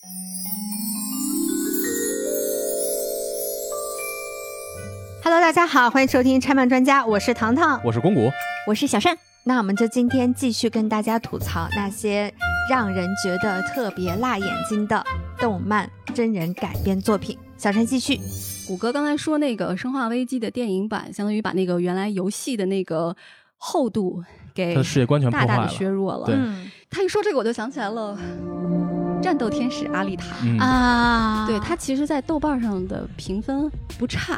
Hello， 大家好，欢迎收听拆漫专家，我是糖糖， 我是公谷， 我是小善。 那我们就今天继续跟大家吐槽那些让人觉得特别辣眼睛的动漫真人改编作品。小善继续。 谷歌刚才说那个《生化危机》的电影版，相当于把那个原来游戏的那个厚度给世界观全破坏了， 大大的削弱了。 对， 他一说这个，我就想起来了。战斗天使阿丽塔、 啊， 对，他其实在豆瓣上的评分不差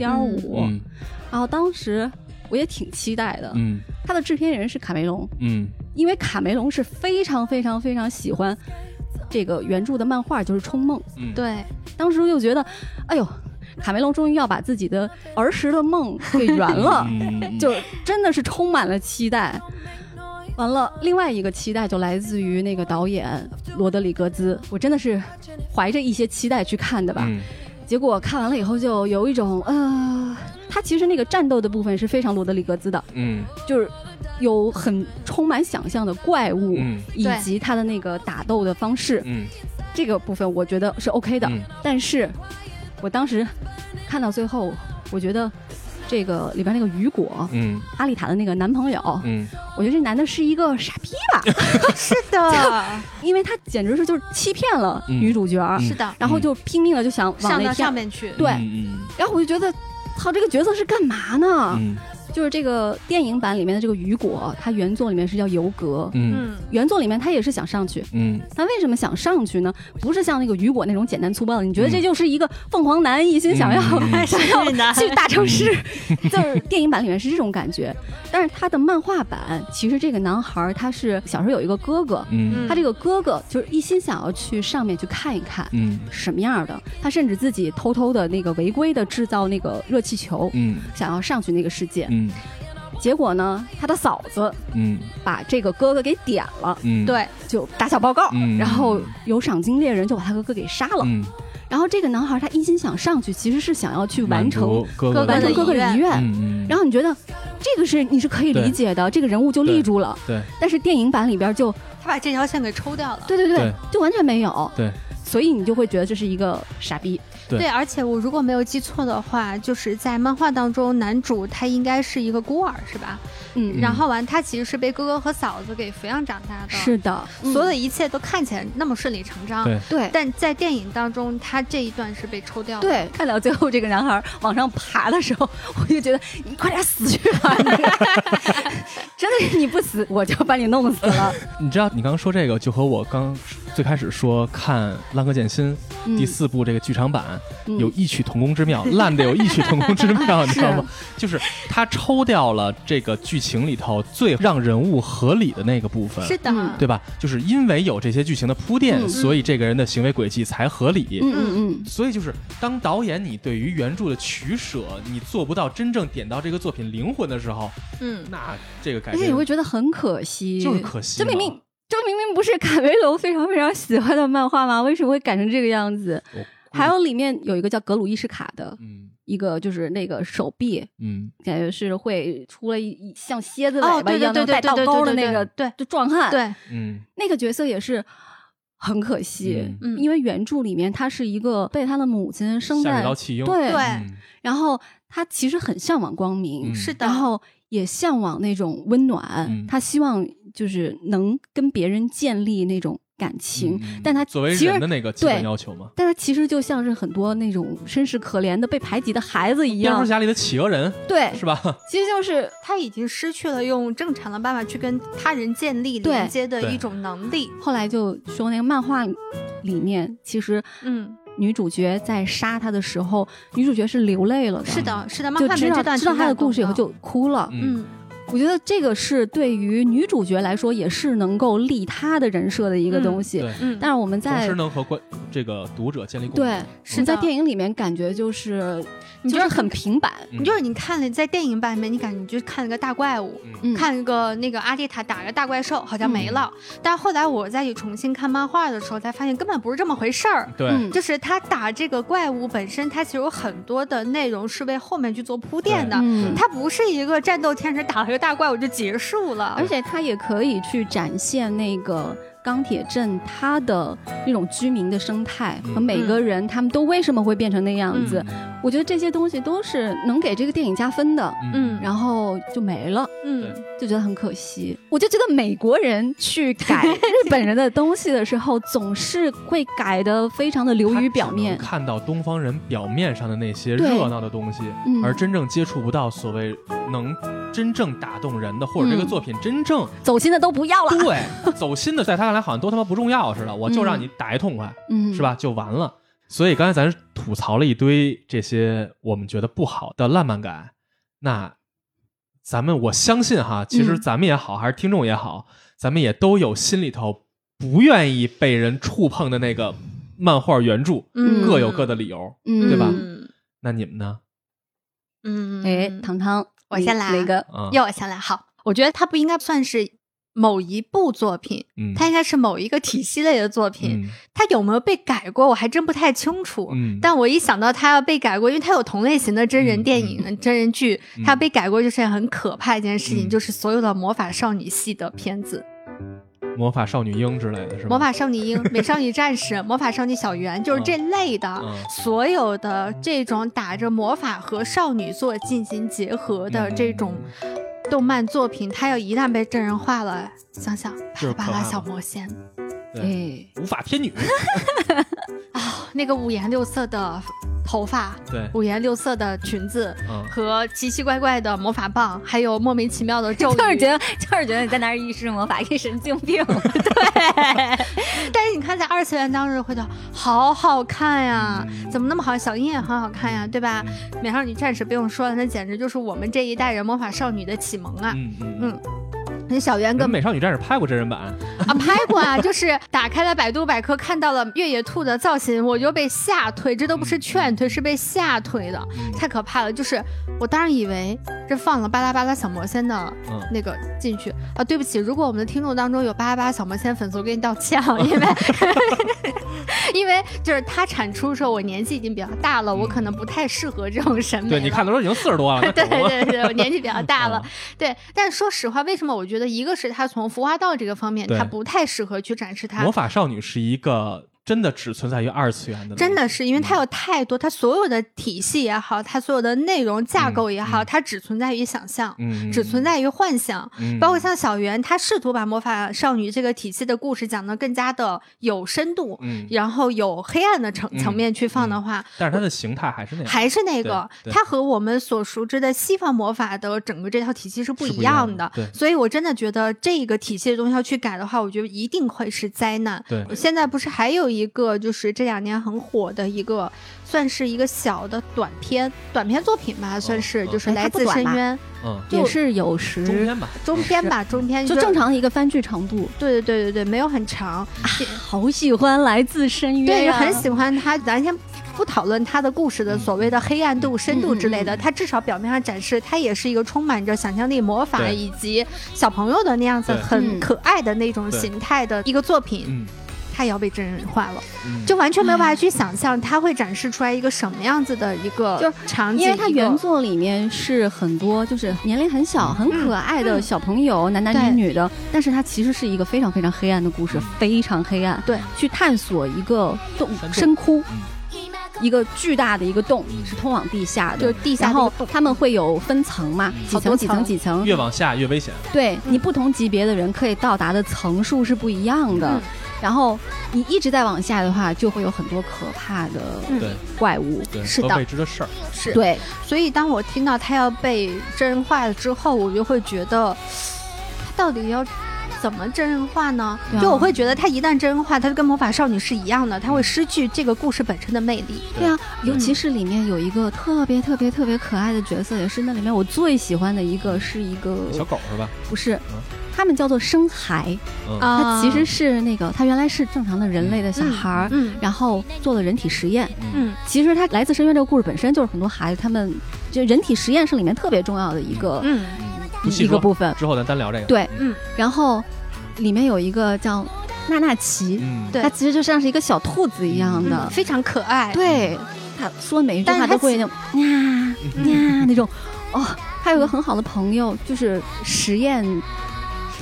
，7.5。然后当时我也挺期待的。他的制片人是卡梅隆。因为卡梅隆是非常非常非常喜欢这个原著的漫画，就是《冲梦》。 对， 当时就觉得，哎呦，卡梅隆终于要把自己的儿时的梦给圆了，就真的是充满了期待。完了，另外一个期待就来自于那个导演罗德里格兹，我真的是怀着一些期待去看的吧。结果看完了以后就有一种他其实那个战斗的部分是非常罗德里格兹的，就是有很充满想象的怪物，以及他的那个打斗的方式，这个部分我觉得是 OK 的。但是我当时看到最后，我觉得这个里边那个雨果，阿丽塔的那个男朋友，我觉得这男的是一个傻逼吧。 是的， 因为他简直是就是欺骗了女主角， 是的， 然后就拼命的就想往那上面去， 对，然后我就觉得，操，这个角色是干嘛呢？就是这个电影版里面的这个雨果，他原作里面是叫尤格，原作里面他也是想上去，他为什么想上去呢？不是像那个雨果那种简单粗暴的，你觉得这就是一个凤凰男一心想要去大城市，就是电影版里面是这种感觉。但是他的漫画版，其实这个男孩他是小时候有一个哥哥，他这个哥哥就是一心想要去上面去看一看，什么样的，他甚至自己偷偷的那个违规的制造那个热气球，想要上去那个世界。结果呢，他的嫂子把这个哥哥给点了，对，就打小报告，然后有赏金猎人就把他哥哥给杀了。然后这个男孩他一心想上去，其实是想要去完成哥哥的遗愿。然后你觉得这个你是可以理解的，这个人物就立住了。对。但是电影版里边就他把这条线给抽掉了。 对，就完全没有。 对。 所以你就会觉得这是一个傻逼。 对，而且我如果没有记错的话，就是在漫画当中，男主他应该是一个孤儿，是吧？然后他其实是被哥哥和嫂子给抚养长大的。是的，所有的一切都看起来那么顺理成章。对，但在电影当中，他这一段是被抽掉的。 对，看到最后这个男孩往上爬的时候，我就觉得你快点死去吧！真的，你不死我就把你弄死了。 你知道，你刚刚说这个，就和我刚最开始说看《浪客剑心》第4部这个剧场版。有异曲同工之妙，烂的有异曲同工之妙，你知道吗？就是他抽掉了这个剧情里头最让人物合理的那个部分， 是的， 对吧？就是因为有这些剧情的铺垫，所以这个人的行为轨迹才合理。所以就是当导演你对于原著的取舍，你做不到真正点到这个作品灵魂的时候，那这个改编， 而且你会觉得很可惜， 就是可惜。 这明明不是卡梅隆非常非常喜欢的漫画吗？为什么会改成这个样子？还有里面有一个叫格鲁伊什卡的，一个就是那个手臂，感觉是会出了一像蝎子尾巴一样的带倒钩的那个，对，就壮汉，对，那个角色也是很可惜，因为原著里面他是一个被他的母亲生在对，然后他其实很向往光明，是的，然后也向往那种温暖，他希望就是能跟别人建立那种感情，但他作为人的那个基本要求嘛， 但他其实就像是很多那种身世可怜的被排挤的孩子一样， 蝙蝠侠里的企鹅人， 对， 是吧？ 其实就是他已经失去了用正常的办法去跟他人建立连接的一种能力。 后来就说那个漫画里面，其实女主角在杀他的时候，女主角是流泪了的， 是的，漫画里面这段知道他的故事以后就哭了，我觉得这个是对于女主角来说也是能够立她的人设的一个东西，但是我们在同时能和这个读者建立共鸣。 对，是在电影里面感觉就是很平板， 你看了在电影版里面，你感觉你就看了个大怪物，看了个那个阿丽塔打个大怪兽，好像没了。但后来我再去重新看漫画的时候，才发现根本不是这么回事儿。 对， 就是他打这个怪物本身，它其实有很多的内容是为后面去做铺垫的，它不是一个战斗天使打了个大怪物就结束了， 而且它也可以去展现那个钢铁镇它的那种居民的生态和每个人他们都为什么会变成那样子，我觉得这些东西都是能给这个电影加分的。然后就没了，就觉得很可惜。我就觉得美国人去改日本人的东西的时候，总是会改得非常的流于表面， 看到东方人表面上的那些热闹的东西，而真正接触不到所谓能真正打动人的，或者这个作品真正走心的都不要了。 对，走心的在他看来好像都他妈不重要似的，我就让你打一痛快，是吧？就完了。所以刚才咱吐槽了一堆这些我们觉得不好的烂漫改，那我相信哈，其实咱们也好，还是听众也好，咱们也都有心里头不愿意被人触碰的那个漫画原著，各有各的理由，对吧？那你们呢？ 糖糖， 我先来， 哪个？ 要我先来。好，我觉得它不应该算是某一部作品，它应该是某一个体系类的作品。它有没有被改过，我还真不太清楚。但我一想到它要被改过，因为它有同类型的真人电影、真人剧，它被改过就是很可怕一件事情，就是所有的魔法少女系的片子。 魔法少女樱之类的是吧？ 魔法少女樱、美少女战士、魔法少女小圆，就是这类的，所有的这种打着魔法和少女作进行结合的这种动漫作品，它要一旦被真人化了，想想巴拉小魔仙， 无法天女那个五颜六色的头发， 对， 五颜六色的裙子，和奇奇怪怪的魔法棒，还有莫名其妙的咒语， 就是觉得你在那儿一施魔法，一神经病。 对，但是你看在二次元当中回头，好好看呀，怎么那么好？小樱也很好看呀，对吧？美少女战士不用说了，那简直就是我们这一代人魔法少女的启蒙啊。那小圆跟美少女战士拍过真人版啊，拍过啊，就是打开了百度百科，看到了越野兔的造型，我就被吓退，这都不是劝退，是被吓退的，太可怕了。就是我当然以为这放了巴拉巴拉小魔仙的那个进去啊，对不起，如果我们的听众当中有巴拉巴拉小魔仙粉丝，我给你道歉啊，因为就是他产出的时候，我年纪已经比较大了，我可能不太适合这种审美。 对，你看的时候已经40多了。 对，我年纪比较大了。对，但说实话，为什么我觉得一个是他从服化道这个方面，他不太适合去展示他。 魔法少女是一个真的只存在于二次元的， 真的是因为它有太多，它所有的体系也好，它所有的内容架构也好，它只存在于想象，只存在于幻想。包括像小圆，他试图把魔法少女这个体系的故事讲得更加的有深度，然后有黑暗的层面去放的话， 但是它的形态还是那个， 还是那个，它和我们所熟知的西方魔法的整个这套体系是不一样的。所以我真的觉得这个体系的东西要去改的话，我觉得一定会是灾难。 对， 现在不是还有一个就是这2年很火的一个，算是一个小的短片作品吧，算是就是来自深渊， 也是有时中篇就正常的一个番剧长度。 对，没有很长。 好喜欢来自深渊， 对，很喜欢它。咱先不讨论它的故事的所谓的黑暗度、深度之类的，它至少表面上展示它也是一个充满着想象力、魔法以及小朋友的那样子很可爱的那种形态的一个作品。它也要被真人化了，就完全没有办法去想象它会展示出来一个什么样子的一个场景。 因为它原作里面是很多就是年龄很小、很可爱的小朋友，男男女女的，但是它其实是一个非常非常黑暗的故事，非常黑暗。 对， 去探索一个深窟。一个巨大的一个洞是通往地下的， 就地下， 然后他们会有分层嘛，几层， 越往下越危险。 对，你不同级别的人可以到达的层数是不一样的，然后你一直在往下的话，就会有很多可怕的怪物， 是的， 未知的事儿， 是对。 所以当我听到他要被真人化了之后，我就会觉得，他到底要怎么真人化呢？就我会觉得他一旦真人化，他就跟魔法少女是一样的，他会失去这个故事本身的魅力。 对啊，尤其是里面有一个特别可爱的角色，也是那里面我最喜欢的一个，是一个小狗是吧？ 不是，他们叫做生孩，他其实是那个他原来是正常的人类的小孩，然后做了人体实验。其实他来自深渊这个故事本身就是很多孩子他们就人体实验是里面特别重要的一个一个部分， 之后咱单聊这个。 对，然后里面有一个叫娜娜奇，它其实就像是一个小兔子一样的， 非常可爱。 对，他说每一句话都会那种呀那种。哦，他有个很好的朋友，就是实验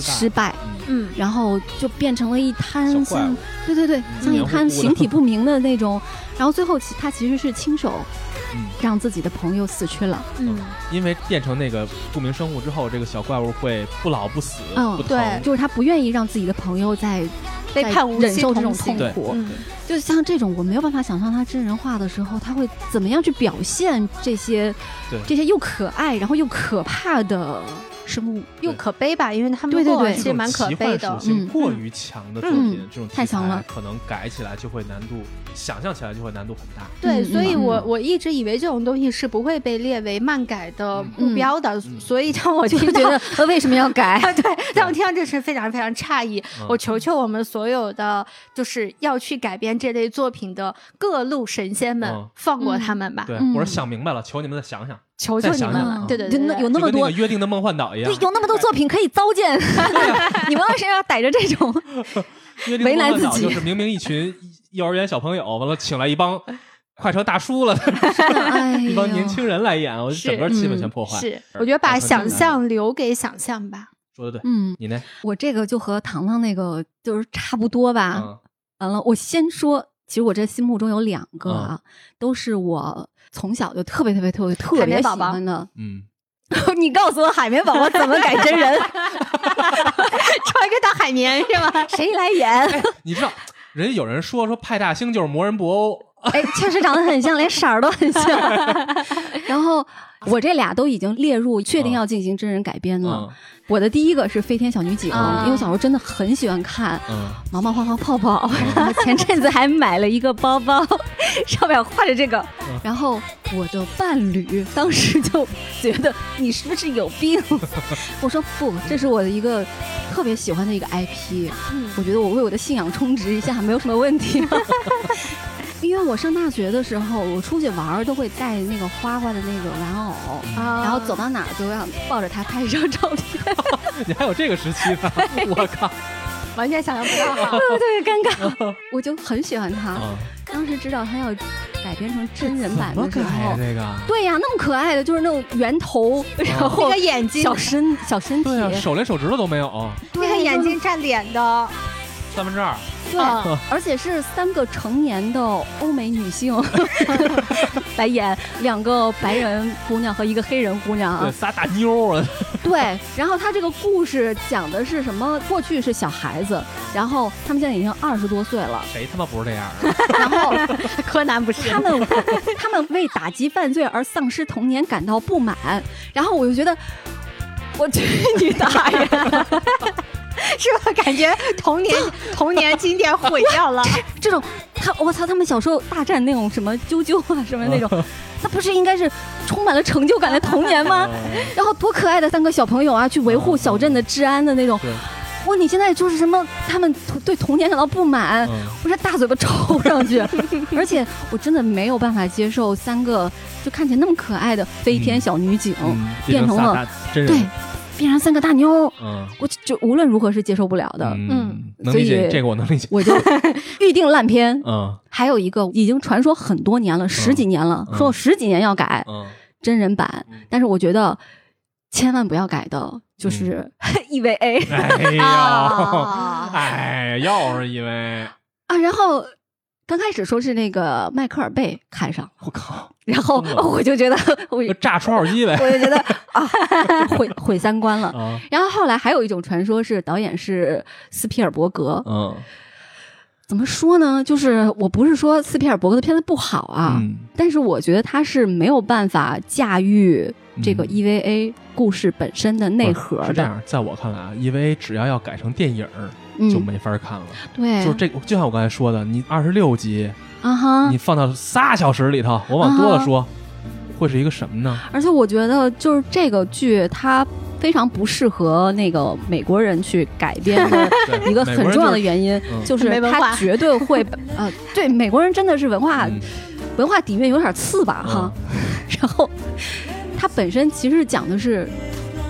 失败，然后就变成了一滩像像一滩形体不明的那种，然后最后他其实是亲手让自己的朋友死去了。 因为变成那个不明生物之后，这个小怪物会不老不死，不疼， 对，就是他不愿意让自己的朋友在忍受这种痛苦。就像这种，我没有办法想象他真人化的时候，他会怎么样去表现这些又可爱然后又可怕的生物， 又可悲吧，因为他们其实蛮可悲的。 过于强的作品，这种太强了， 可能改起来就会难度，想象起来就会难度很大。 对，所以我一直以为这种东西是不会被列为漫改的目标的，所以当我就觉得他为什么要改？ 对，当我听到这是非常非常诧异。我求求我们所有的就是要去改编这类作品的各路神仙们，放过他们吧。 对，我说想明白了，求你们再想想。 求求你们了，对， 有那么多约定的梦幻岛一样， 对，有那么多作品可以糟践，你们为什么要逮着这种为难自己？ 就是明明一群幼儿园小朋友，完了请来一帮快成大叔了，一帮年轻人来演，我整个气氛全破坏。 是，我觉得把想象留给想象吧。 说的对，你呢？ 我这个就和糖糖那个就是差不多吧。完了，我先说，其实我这心目中有2个啊，都是我从小就特别喜欢的。你告诉我海绵宝宝怎么改真人？ 穿个大海绵是吗？ 谁来演？ 你知道，有人说派大星就是魔人布欧， 确实长得很像，连色儿都很像。然后我这俩都已经列入确定要进行真人改编了。我的第一个是飞天小女警，因为我小时候真的很喜欢看毛毛花花泡泡，然后前阵子还买了一个包包，上面画着这个。然后我的伴侣当时就觉得你是不是有病？我说不，这是我的一个特别喜欢的一个 IP，我觉得我为我的信仰充值一下没有什么问题。因为我上大学的时候，我出去玩都会带那个花花的那个玩偶，然后走到哪儿都要抱着它拍一张照片。 你还有这个时期呢？我靠， 完全想象不到， 特别尴尬。我就很喜欢它。当时知道它要改编成真人版的时候，对呀，那么可爱的，就是那种圆头，然后那个眼睛小身体， 手连手指头都没有， 那个眼睛占脸的 2/3。 对，而且是3个成年的欧美女性来演2个白人姑娘和1个黑人姑娘对，3大妞啊。 对，然后他这个故事讲的是什么？过去是小孩子，然后他们现在已经20多岁了。 谁他妈不是这样的？然后柯南不是他们为打击犯罪而丧失童年感到不满，然后我就觉得，我去你大爷！ 是吧？感觉童年经典毁掉了。 这种我操，他们小时候大战那种什么啾啾啊什么那种，那不是应该是充满了成就感的童年吗？然后多可爱的3个小朋友啊，去维护小镇的治安的那种。哇，你现在就是什么？他们对童年感到不满，我这大嘴巴抽上去。而且我真的没有办法接受3个就看起来那么可爱的飞天小女警变成了对。变成3个大妞，我就无论如何是接受不了的。 所以这个我能理解， 我就预定烂片。还有一个已经传说很多年了，10几年了，说我10几年要改真人版，但是我觉得千万不要改的，就是 EVA。 哎呀，又是 EVA 啊！然后刚开始说是那个迈克尔贝看上， 我靠！ 然后我就觉得我炸戳耳机呗， 我就觉得啊，毁3观了。然后后来还有一种传说是导演是斯皮尔伯格。怎么说呢？就是我不是说斯皮尔伯格的片子不好啊，但是我觉得他是没有办法驾驭这个 EVA 故事本身的内核的。 是这样，在我看来啊 ，EVA 只要改成电影就没法看了。 对， 就是就像我刚才说的，你26集你放到3小时里头，我往多了说，会是一个什么呢？ 而且我觉得就是这个剧它非常不适合那个美国人去改编的一个很重要的原因，就是它绝对会对美国人真的是文化底蕴有点次吧哈。然后它本身其实讲的是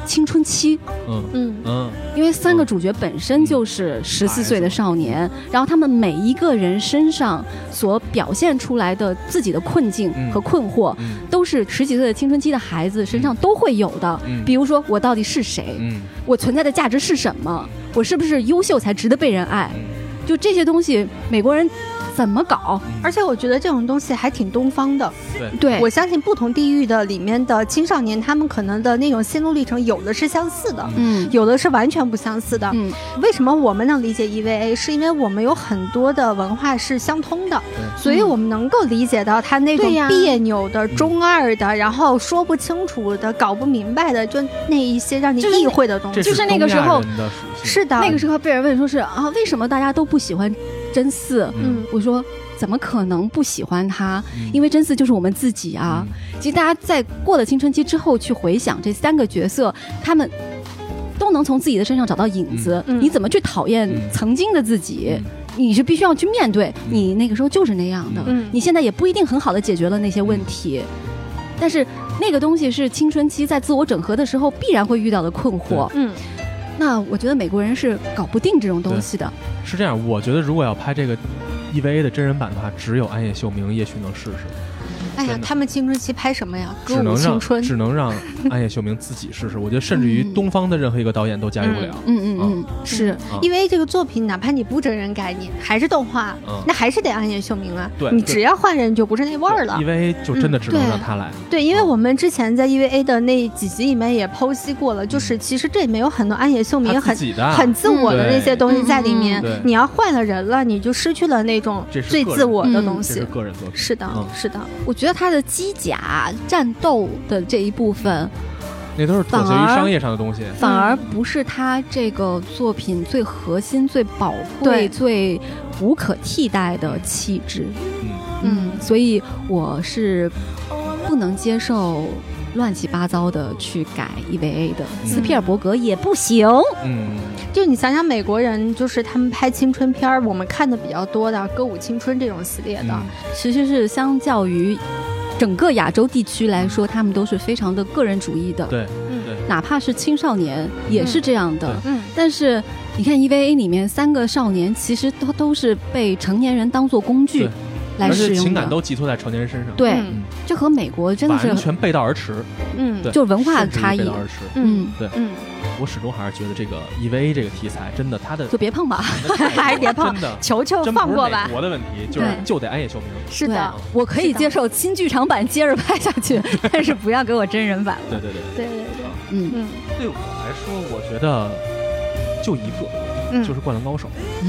青春期。因为3个主角本身就是14岁的少年，然后他们每一个人身上所表现出来的自己的困境和困惑，都是10几岁的青春期的孩子身上都会有的。比如说，我到底是谁？我存在的价值是什么？我是不是优秀才值得被人爱？就这些东西，美国人怎么搞？ 而且我觉得这种东西还挺东方的。 对， 我相信不同地域的里面的青少年，他们可能的那种心路历程，有的是相似的，有的是完全不相似的。为什么我们能理解 EVA？ 是因为我们有很多的文化是相通的，所以我们能够理解到他那种别扭的、中二的，然后说不清楚的、搞不明白的，就那一些让你意会的东西。 就是那个时候， 是的， 那个时候被人问说是啊，为什么大家都不喜欢真嗣？我说怎么可能不喜欢他？因为真嗣就是我们自己啊。其实大家在过了青春期之后去回想这3个角色，他们都能从自己的身上找到影子。你怎么去讨厌曾经的自己？你是必须要去面对，你那个时候就是那样的。你现在也不一定很好的解决了那些问题，但是那个东西是青春期在自我整合的时候必然会遇到的困惑。那我觉得美国人是搞不定这种东西的。 是这样，我觉得如果要拍这个 EVA 的真人版的话，只有安野秀明也许能试试。 哎呀，他们青春期拍什么呀？歌舞青春， 只能让安野秀明自己试试。我觉得甚至于东方的任何一个导演都驾驭不了。 是因为这个作品，哪怕你不真人改，你还是动画，那还是得安野秀明啊。 对， 你只要换人就不是那味儿了。 EVA 就真的只能让他来。 对，因为我们之前在 EVA 的那几集里面也剖析过了，就是其实这里面有很多安野秀明很自我的那些东西在里面。你要换了人了，你就失去了那种最自我的东西。 这是个人作品。 是的，是的。 我觉得他的机甲战斗的这一部分， 那都是妥协于商业上的东西， 反而不是他这个作品最核心、最宝贵、最无可替代的气质。所以我是不能接受乱七八糟的去改 EVA 的。斯皮尔伯格也不行。 就你想想，美国人就是他们拍青春片，我们看的比较多的歌舞青春这种系列的， 其实是相较于整个亚洲地区来说，他们都是非常的个人主义的。 对， 哪怕是青少年也是这样的。但是你看 EVA 里面3个少年，其实都是被成年人当作工具来使用的， 而且情感都寄托在成年人身上。 对，这和美国真的是完全背道而驰。 就文化差异。 背道而驰。对。我始终还是觉得这个 EVA 这个题材真的，它的就别碰吧， 还是别碰， 真的， 求求放过吧。 美国的问题就得安野秀明。 是的， 我可以接受新剧场版接着拍下去，但是不要给我真人版了。 对。 对我来说，我觉得就一个，就是《灌篮高手》。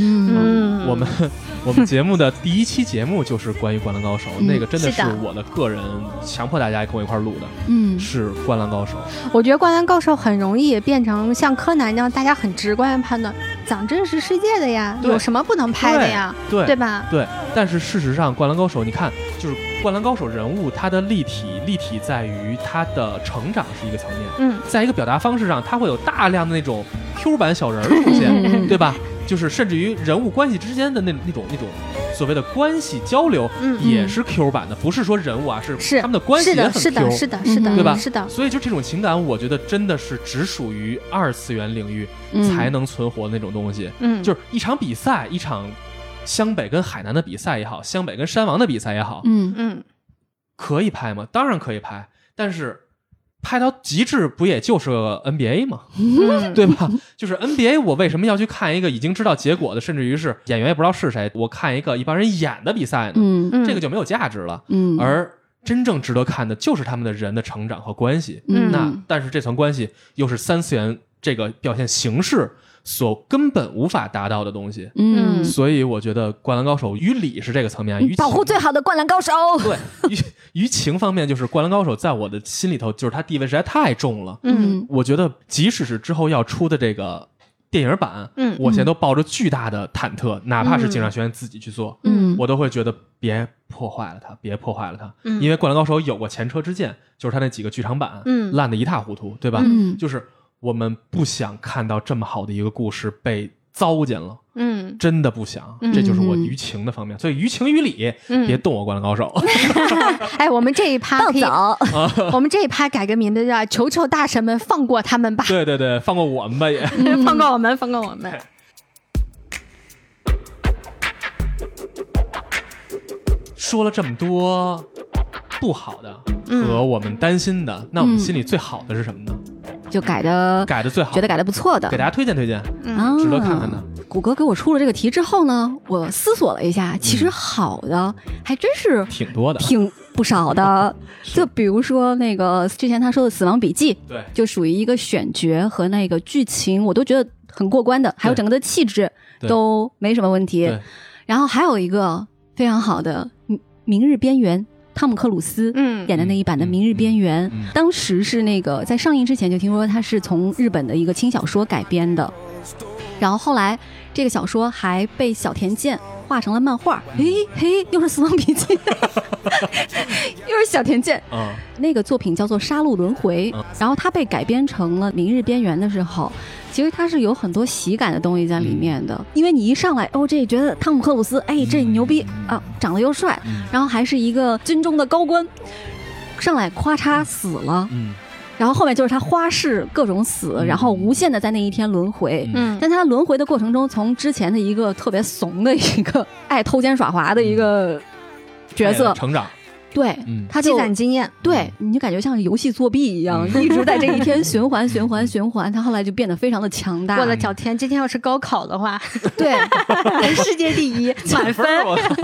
我们节目的第1期节目就是关于《灌篮高手》，那个真的是我的个人强迫大家跟我一块录的。是《灌篮高手》。 我觉得《灌篮高手》很容易变成像柯南那样，大家很直观地判断，讲真实世界的呀，有什么不能拍的呀？对吧？ 对。但是事实上，《灌篮高手》你看，就是《灌篮高手》人物他的立体在于他的成长是一个层面。在一个表达方式上，他会有大量的那种 Q 版小人出现，对吧？就是甚至于人物关系之间的那种所谓的关系交流，也是 Q 版的，不是说人物啊，是他们的关系也很 Q， 是的， 对吧？ 是的。 所以就这种情感，我觉得真的是只属于2次元领域才能存活的那种东西。就是一场比赛，一场湘北跟海南的比赛也好，湘北跟山王的比赛也好，可以拍吗？当然可以拍，但是拍到极致不也就是个 NBA 吗？对吧？就是 NBA， 我为什么要去看一个已经知道结果的，甚至于是演员也不知道是谁，我看一个一帮人演的比赛呢？这个就没有价值了。而真正值得看的就是他们的人的成长和关系。但是这层关系又是3次元这个表现形式所根本无法达到的东西。所以我觉得《灌篮高手》于理是这个层面， 保护最好的灌篮高手。 对，于情方面，就是《灌篮高手》在我的心里头，就是他地位实在太重了。我觉得即使是之后要出的这个电影版，我现在都抱着巨大的忐忑，哪怕是井上学院自己去做，我都会觉得别破坏了它，别破坏了它。因为《灌篮高手》有过前车之鉴，就是他那几个剧场版，烂得一塌糊涂，对吧？就是我们不想看到这么好的一个故事被糟践了，真的不想，这就是我于情的方面，所以于情于理，别动我灌篮高手。 哎，我们这一趴可以，我们这一趴改个名字叫求求大神们放过他们吧。 对对对，放过我们吧也， 放过我们，放过我们。 说了这么多不好的和我们担心的，那我们心里最好的是什么呢？ 就改的最好，觉得改的不错的， 给大家推荐推荐，值得看看的。 谷歌给我出了这个题之后呢，我思索了一下，其实好的还真是挺多的， 挺不少的。就比如说那个之前他说的《死亡笔记》， 对， 就属于一个选角和那个剧情，我都觉得很过关的，还有整个的气质都没什么问题。然后还有一个非常好的《明日边缘》。汤姆克鲁斯演的那一版的《明日边缘》，当时是那个在上映之前就听说他是从日本的一个轻小说改编的，然后后来这个小说还被小田健画成了漫画。嘿，又是《死亡笔记》又是小田健那个作品叫做《杀戮轮回》，然后它被改编成了《明日边缘》的时候，其实它是有很多喜感的东西在里面的，因为你一上来这觉得汤姆克鲁斯这牛逼啊，长得又帅，然后还是一个军中的高官，上来咔嚓死了，然后后面就是他花式各种死，然后无限的在那一天轮回，但他轮回的过程中，从之前的一个特别怂的一个爱偷奸耍滑的一个角色成长。 对，他积攒经验， 对，你就感觉像游戏作弊一样，一直在这一天循环。他后来就变得非常的强大。 我的小天，今天要是高考的话， 对， 世界第一，满分。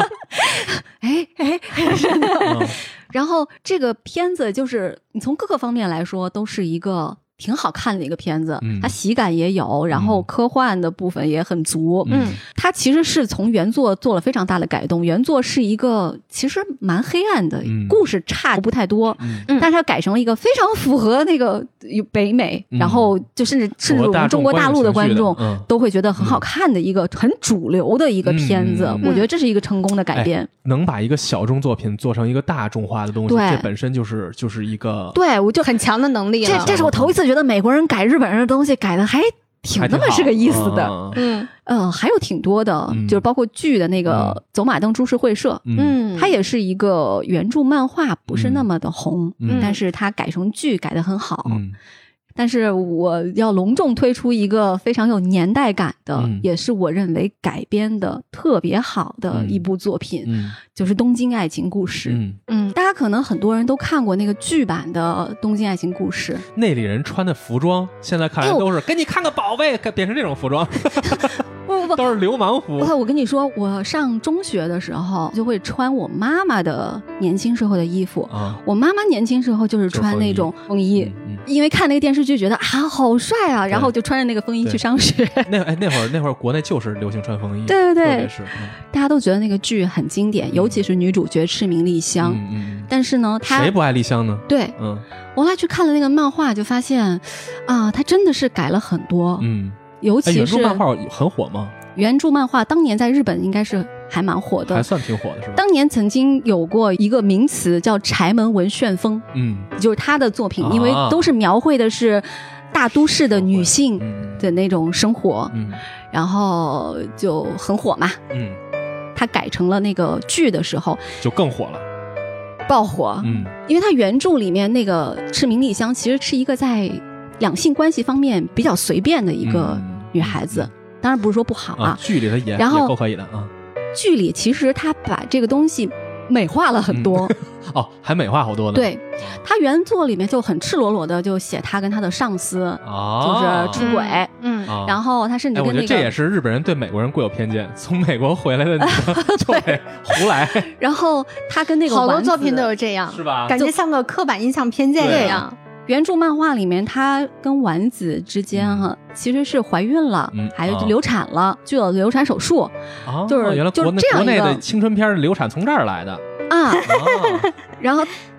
真的。然后这个片子就是你从各个方面来说都是一个挺好看的一个片子，它喜感也有，然后科幻的部分也很足。它其实是从原作做了非常大的改动，原作是一个其实蛮黑暗的，故事差不太多，但是它改成了一个非常符合那个北美，然后就甚至我们中国大陆的观众都会觉得很好看的一个很主流的一个片子。我觉得这是一个成功的改编， 能把一个小众作品做成一个大众化的东西，这本身就是一个对我就很强的能力了。 这是我头一次觉得美国人改日本人的东西改的还挺那么是个意思的。还有挺多的，就是包括剧的那个走马灯株式会社，它也是一个原著漫画不是那么的红，但是它改成剧改得很好。但是我要隆重推出一个非常有年代感的，也是我认为改编的特别好的一部作品，就是《东京爱情故事》。大家可能很多人都看过那个剧版的《东京爱情故事》， 那里人穿的服装现在看来都是给你看个宝贝，变成这种服装。不，都是流氓服。 我跟你说，我上中学的时候就会穿我妈妈的年轻时候的衣服。我妈妈年轻时候就是穿那种风衣，因为看那个电视剧觉得好帅啊，然后就穿着那个风衣去上学。 那会儿国内就是流行穿风衣， 对， 特别是大家都觉得那个剧很经典，尤其是女主角赤名莉香。但是呢， 谁不爱莉香呢？ 对，我后来去看了那个漫画，就发现她真的是改了很多。尤其是原著漫画很火吗？ 原著漫画当年在日本应该是还蛮火的， 还算挺火的是吧？ 当年曾经有过一个名词叫柴门文旋风，就是他的作品，因为都是描绘的是大都市的女性的那种生活，然后就很火嘛。他改成了那个剧的时候就更火了， 爆火。因为他原著里面那个赤名莉香其实是一个在两性关系方面比较随便的一个女孩子，当然不是说不好啊。 剧里她也够可以的啊。 剧里其实她把这个东西美化了很多。 还美化好多呢。 对，她原作里面就很赤裸裸的就写她跟她的上司就是出轨。然后她甚至跟我觉得这也是日本人对美国人固有偏见，从美国回来的就得胡来。 然后她跟那个好多作品都有这样， 是吧？ 感觉像个刻板印象偏见一样。 原著漫画里面，她跟丸子之间其实是怀孕了，还流产了，就有流产手术。 就是原来国内的青春片流产从这儿来的啊。然后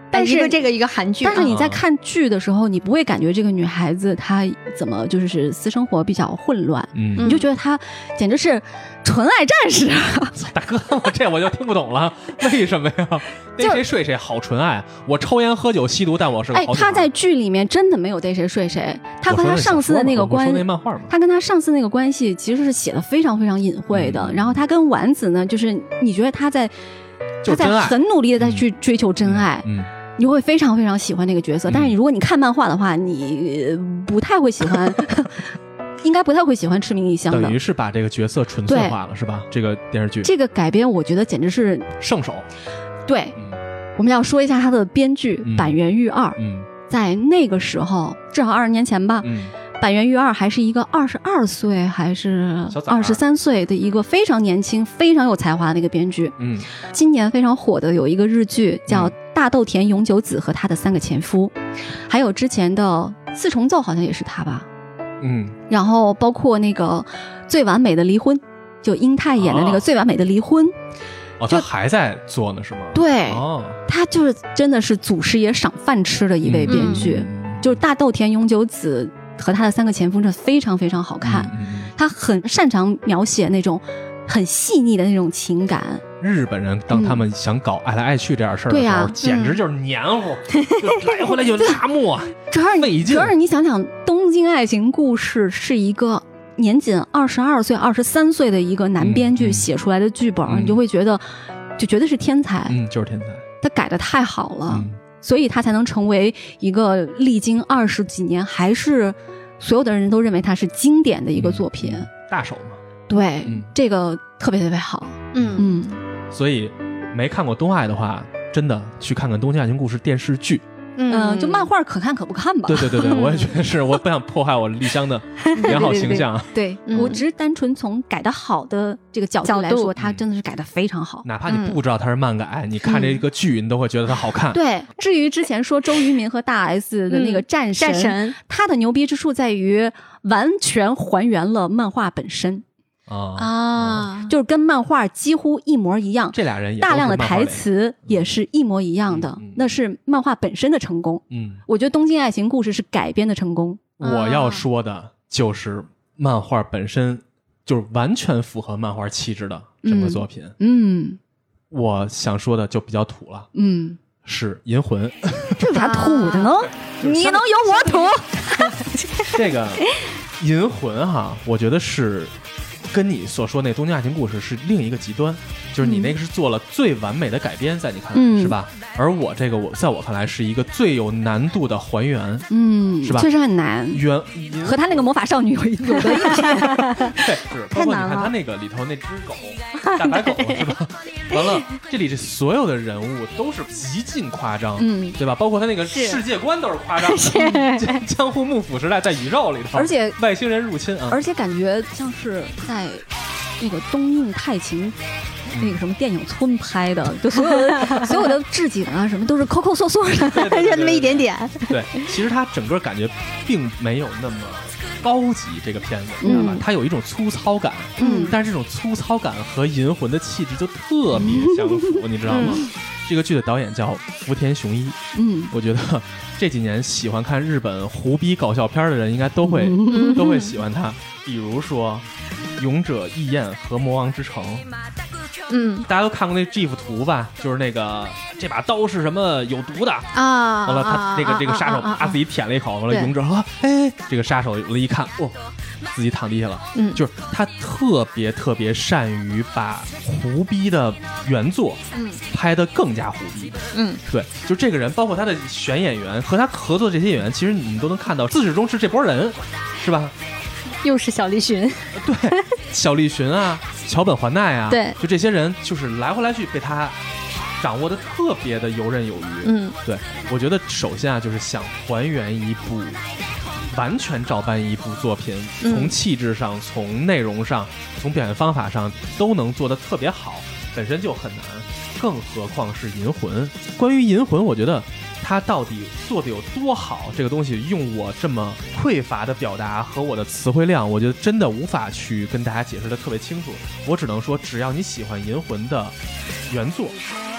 但是一个这个一个韩剧， 但是你在看剧的时候，你不会感觉这个女孩子她怎么就是私生活比较混乱，你就觉得她简直是纯爱战士。 大哥，我就听不懂了，为什么呀？逮谁睡谁，好纯爱。我抽烟喝酒吸毒，但我是个好女孩。 她在剧里面真的没有逮谁睡谁，她和她上司的那个关系，她跟她上司那个关系其实是写的非常非常隐晦的。然后她跟丸子呢，就是你觉得她在很努力的在去追求真爱，你会非常非常喜欢那个角色。但是如果你看漫画的话，你不太会喜欢。应该不太会喜欢赤名异乡的， 等于是把这个角色纯粹化了，是吧？这个电视剧这个改编，我觉得简直是圣手。 对，我们要说一下他的编剧板垣裕二。在那个时候，至少20年前吧，板垣裕二还是一个22岁还是23岁的一个非常年轻、非常有才华的一个编剧。今年非常火的有一个日剧叫《大豆田永久子和他的3个前夫》，还有之前的四重奏好像也是他吧。然后包括那个最完美的离婚，就英泰演的那个最完美的离婚。 他还在做呢是吗？ 对，他就是真的是祖师爷赏饭吃的一位编剧。就是大豆田永久子和他的3个前夫真的非常非常好看。他很擅长描写那种很细腻的那种情感。 日本人当他们想搞爱来爱去这点事儿的时候，简直就是黏糊，就来回来就拉磨，费劲。 主要是你想想，《东京爱情故事》是一个年仅22岁、23岁的一个男编剧写出来的剧本，你就会觉得，就绝对是天才。 就是天才。 他改得太好了，所以他才能成为一个历经20几年，还是所有的人都认为他是经典的一个作品。 大手嘛。 对，这个特别特别好。 所以没看过东爱的话，真的去看看《东京爱情故事》电视剧。 就漫画可看可不看吧。 对，我也觉得是，我不想破坏我丽香的良好形象。 对，我只是单纯从改得好的这个角度来说，它真的是改得非常好。 哪怕你不知道它是漫改，你看这个剧，你都会觉得它好看。 对，至于之前说周渝民和大 S 的那个战神，他的牛逼之处在于完全还原了漫画本身。就是跟漫画几乎一模一样， 这俩人也大量的台词也是一模一样的，那是漫画本身的成功。我觉得《东京爱情故事》是改编的成功。 我要说的就是漫画本身就是完全符合漫画气质的整个作品。我想说的就比较土了。是《银魂》。 这有啥土的呢？你能有我土？ 这个《银魂》哈，我觉得是跟你所说那《东京爱情故事》是另一个极端，就是你那个是做了最完美的改编，在你看来是吧？而我这个在我看来是一个最有难度的还原，是吧？ 确实很难，和他那个魔法少女有的一拼。 对，是包括你看他那个里头那只狗，大白狗是吧？完了，这里所有的人物都是极尽夸张，对吧？包括他那个世界观都是夸张的，江户幕府时代在宇宙里头， 而且外星人入侵啊， 而且感觉像是在那个东映太晴那个什么电影村拍的，就所有的置景啊什么都是抠抠缩缩的，就那么一点点。 对，其实它整个感觉并没有那么高级，这个片子你知道吧？它有一种粗糙感，但是这种粗糙感和银魂的气质就特别相符，你知道吗？这个剧的导演叫福田雄一，我觉得这几年喜欢看日本胡逼搞笑片的人应该都会喜欢他，比如说《勇者义彦》和《魔王之城》。大家都看过那 GIF 图吧？就是那个这把刀是什么有毒的啊？完了，他这个杀手把自己舔了一口，完了勇者说：“哎，这个杀手一看，自己躺地下了。”就是他特别善于把胡逼的原作拍得更加胡逼。对，就这个人，包括他的选演员和他合作的这些演员，其实你们都能看到，自始终是这波人，是吧？ 又是小栗旬， 对，小栗旬啊，桥本环奈啊， 对， 就这些人就是来回来去被他掌握的特别的游刃有余。对，我觉得首先啊，就是想还原一部完全照搬一部作品，从气质上、从内容上、从表现方法上都能做得特别好，本身就很难，更何况是银魂。关于银魂，我觉得他到底做的有多好，这个东西用我这么匮乏的表达和我的词汇量，我觉得真的无法去跟大家解释的特别清楚。我只能说，只要你喜欢银魂的原作，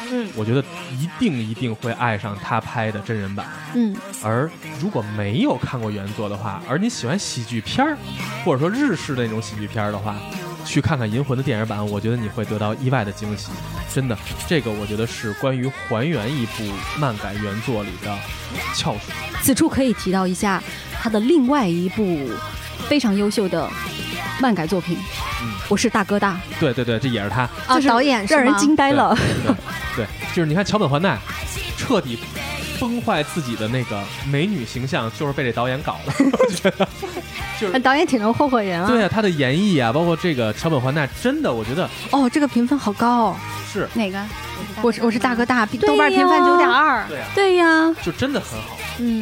我觉得一定会爱上他拍的真人版。而如果没有看过原作的话，而你喜欢喜剧片或者说日式的那种喜剧片的话，去看看《银魂》的电影版，我觉得你会得到意外的惊喜。真的，这个我觉得是关于还原一部漫改原作里的窍术。 此处可以提到一下他的另外一部非常优秀的漫改作品，我是大哥大。 对，这也是他就是导演让人惊呆了。 对，就是你看桥本环奈彻底崩坏自己的那个美女形象，就是被这导演搞的。我觉得就是导演挺能霍霍人啊。 对啊，他的演绎啊，包括这个桥本环奈，真的我觉得这个评分好高哦。 是哪个？ 我是大哥大，豆瓣评分9.2。 对呀， 就真的很好。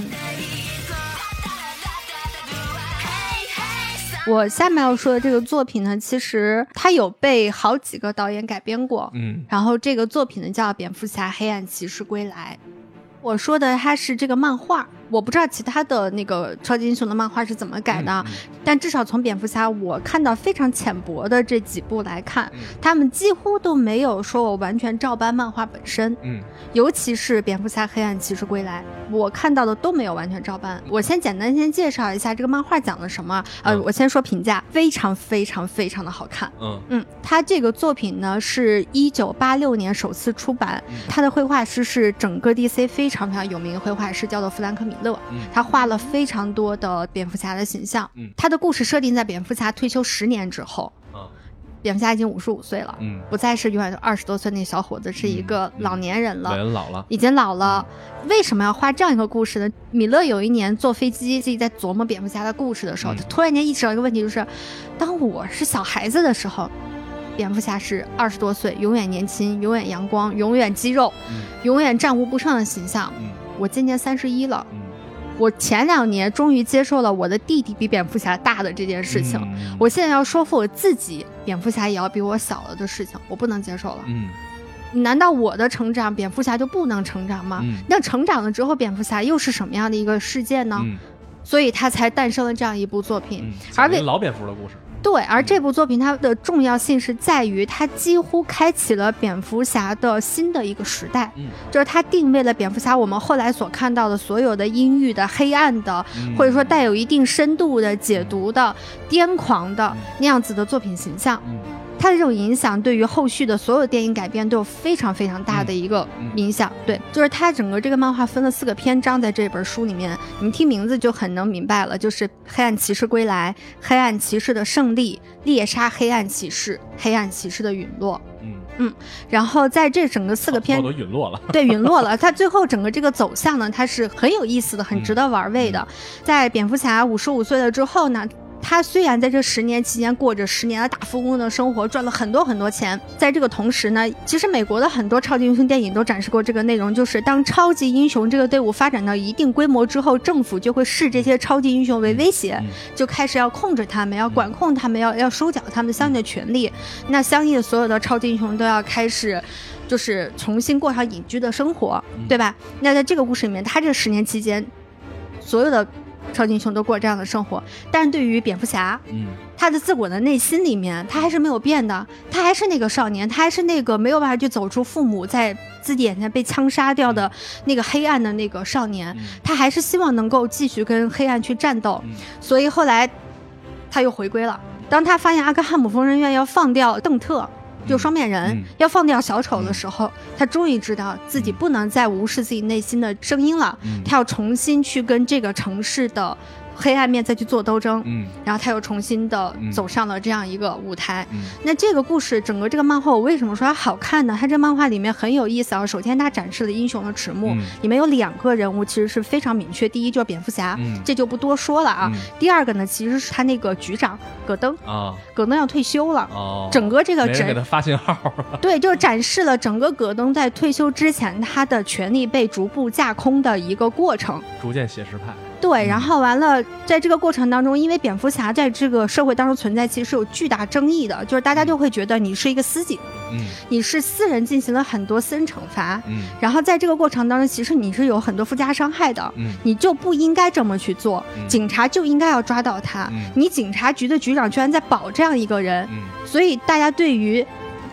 我下面要说的这个作品呢，其实它有被好几个导演改编过。然后这个作品呢叫《蝙蝠侠：黑暗骑士归来》。我说的它是这个漫画，我不知道其他的那个超级英雄的漫画是怎么改的，但至少从蝙蝠侠我看到非常浅薄的这几部来看，他们几乎都没有说我完全照搬漫画本身。尤其是蝙蝠侠黑暗骑士归来，我看到的都没有完全照搬。我先简单介绍一下这个漫画讲了什么。我先说评价，非常非常非常的好看。它这个作品呢是1986年首次出版，它的绘画师是整个 DC 非常非常有名的绘画师，叫做弗兰克·米勒。他画了非常多的蝙蝠侠的形象。他的故事设定在蝙蝠侠退休10年之后。蝙蝠侠已经55岁了，不再是永远20多岁那小伙子，是一个老年人了，已经老了。为什么要画这样一个故事呢？米勒有一年坐飞机，自己在琢磨蝙蝠侠的故事的时候，他突然间意识到一个问题，就是当我是小孩子的时候，蝙蝠侠是20多岁，永远年轻，永远阳光，永远肌肉，永远战无不胜的形象。我今年31了。我前2年终于接受了我的弟弟比蝙蝠侠大的这件事情，我现在要说服我自己蝙蝠侠也要比我小了的事情，我不能接受了。难道我的成长蝙蝠侠就不能成长吗？那成长了之后蝙蝠侠又是什么样的一个世界呢？所以他才诞生了这样一部作品， 而老蝙蝠的故事。 对，而这部作品它的重要性是在于它几乎开启了蝙蝠侠的新的一个时代。就是它定位了蝙蝠侠我们后来所看到的所有的阴郁的、黑暗的，或者说带有一定深度的解读的、癫狂的那样子的作品形象。它的这种影响对于后续的所有电影改编都有非常非常大的一个影响。对，就是它整个这个漫画分了4个篇章，在这本书里面你们听名字就很能明白了，就是黑暗骑士归来、黑暗骑士的胜利、猎杀黑暗骑士、黑暗骑士的陨落。然后在这整个4个篇都陨落了。 对，陨落了。它最后整个这个走向呢，它是很有意思的，很值得玩味的。在蝙蝠侠55岁了之后呢，他虽然在这10年期间过着10年的大富翁的生活，赚了很多很多钱，在这个同时呢，其实美国的很多超级英雄电影都展示过这个内容，就是当超级英雄这个队伍发展到一定规模之后，政府就会视这些超级英雄为威胁，就开始要控制他们，要管控他们，要收缴他们相应的权利。那相应所有的超级英雄都要开始就是重新过上隐居的生活，对吧？那在这个故事里面，他这10年期间所有的超级英雄都过这样的生活，但是对于蝙蝠侠，他的自我的内心里面，他还是没有变的，他还是那个少年，他还是那个没有办法去走出父母在自己眼前被枪杀掉的那个黑暗的那个少年，他还是希望能够继续跟黑暗去战斗。所以后来他又回归了。当他发现阿克汉姆疯人院要放掉邓特，就双面人，要放掉小丑的时候，他终于知道自己不能再无视自己内心的声音了，他要重新去跟这个城市的黑暗面再去做斗争，然后他又重新的走上了这样一个舞台。那这个故事整个这个漫画我为什么说它好看呢？它这漫画里面很有意思啊。首先它展示了英雄的迟暮，里面有2个人物其实是非常明确，第一就是蝙蝠侠，这就不多说了啊。第二个呢，其实是他那个局长葛登啊，葛登要退休了，整个这个没人给他发信号了。 对，就展示了整个葛登在退休之前他的权力被逐步架空的一个过程， 逐渐写实派。 对，然后完了，在这个过程当中，因为蝙蝠侠在这个社会当中存在，其实有巨大争议的，就是大家就会觉得你是一个私警，你是私人进行了很多私人惩罚，然后在这个过程当中，其实你是有很多附加伤害的，你就不应该这么去做，警察就应该要抓到他，你警察局的局长居然在保这样一个人，所以大家对于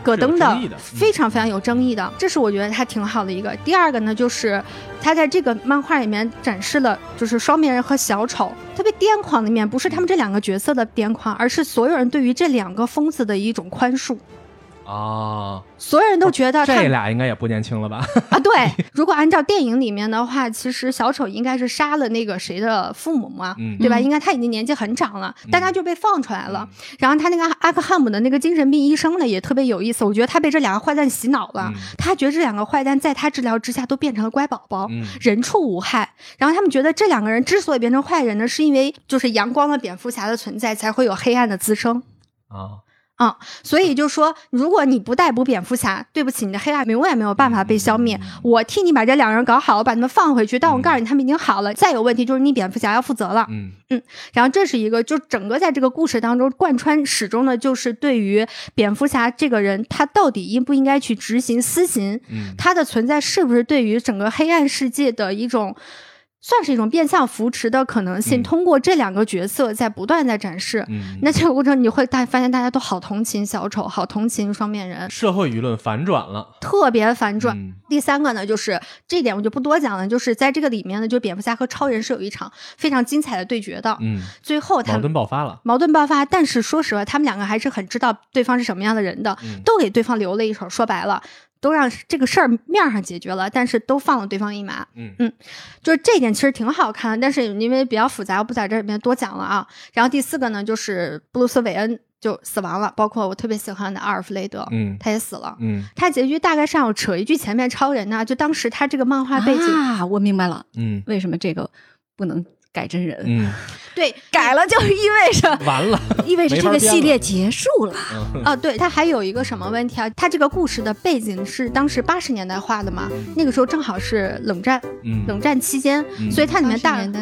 戈登的，非常非常有争议的，这是我觉得他挺好的一个。第二个呢，就是他在这个漫画里面展示了就是双面人和小丑特别癫狂的一面，不是他们这两个角色的癫狂，而是所有人对于这两个疯子的一种宽恕。所有人都觉得这俩应该也不年轻了吧？ 对，如果按照电影里面的话，其实小丑应该是杀了那个谁的父母嘛，对吧？应该他已经年纪很长了，但他就被放出来了。然后他那个阿克汉姆的那个精神病医生呢，也特别有意思。我觉得他被这两个坏蛋洗脑了，他觉得这两个坏蛋在他治疗之下都变成了乖宝宝，人畜无害。然后他们觉得这两个人之所以变成坏人呢，是因为就是阳光的蝙蝠侠的存在，才会有黑暗的滋生所以就说如果你不逮捕蝙蝠侠，对不起，你的黑暗永远没有办法被消灭，我替你把这两人搞好，我把他们放回去，但我告诉你他们已经好了，再有问题就是你蝙蝠侠要负责了。然后这是一个就整个在这个故事当中贯穿始终的就是对于蝙蝠侠这个人他到底应不应该去执行私刑，他的存在是不是对于整个黑暗世界的一种算是一种变相扶持的可能性，通过这两个角色在不断在展示。那这个过程你会发现大家都好同情小丑，好同情双面人， 社会舆论反转了， 特别反转。第三个呢，就是这一点我就不多讲了，就是在这个里面呢，就蝙蝠侠和超人是有一场非常精彩的对决的。最后他矛盾爆发了， 但是说实话他们两个还是很知道对方是什么样的人的，都给对方留了一手，说白了都让这个事儿面上解决了，但是都放了对方一马。就是这一点其实挺好看的，但是因为比较复杂，我不在这里面多讲了啊。然后第四个呢，就是布鲁斯韦恩就死亡了，包括我特别喜欢的阿尔弗雷德，他也死了。他结局大概上有扯一句前面超人呢，就当时他这个漫画背景我明白了，为什么这个不能改真人？ 对， 改了就意味着完了， 意味着这个系列结束了。 对，它还有一个什么问题啊？它这个故事的背景是当时80年代画的嘛，那个时候正好是冷战，冷战期间，所以它里面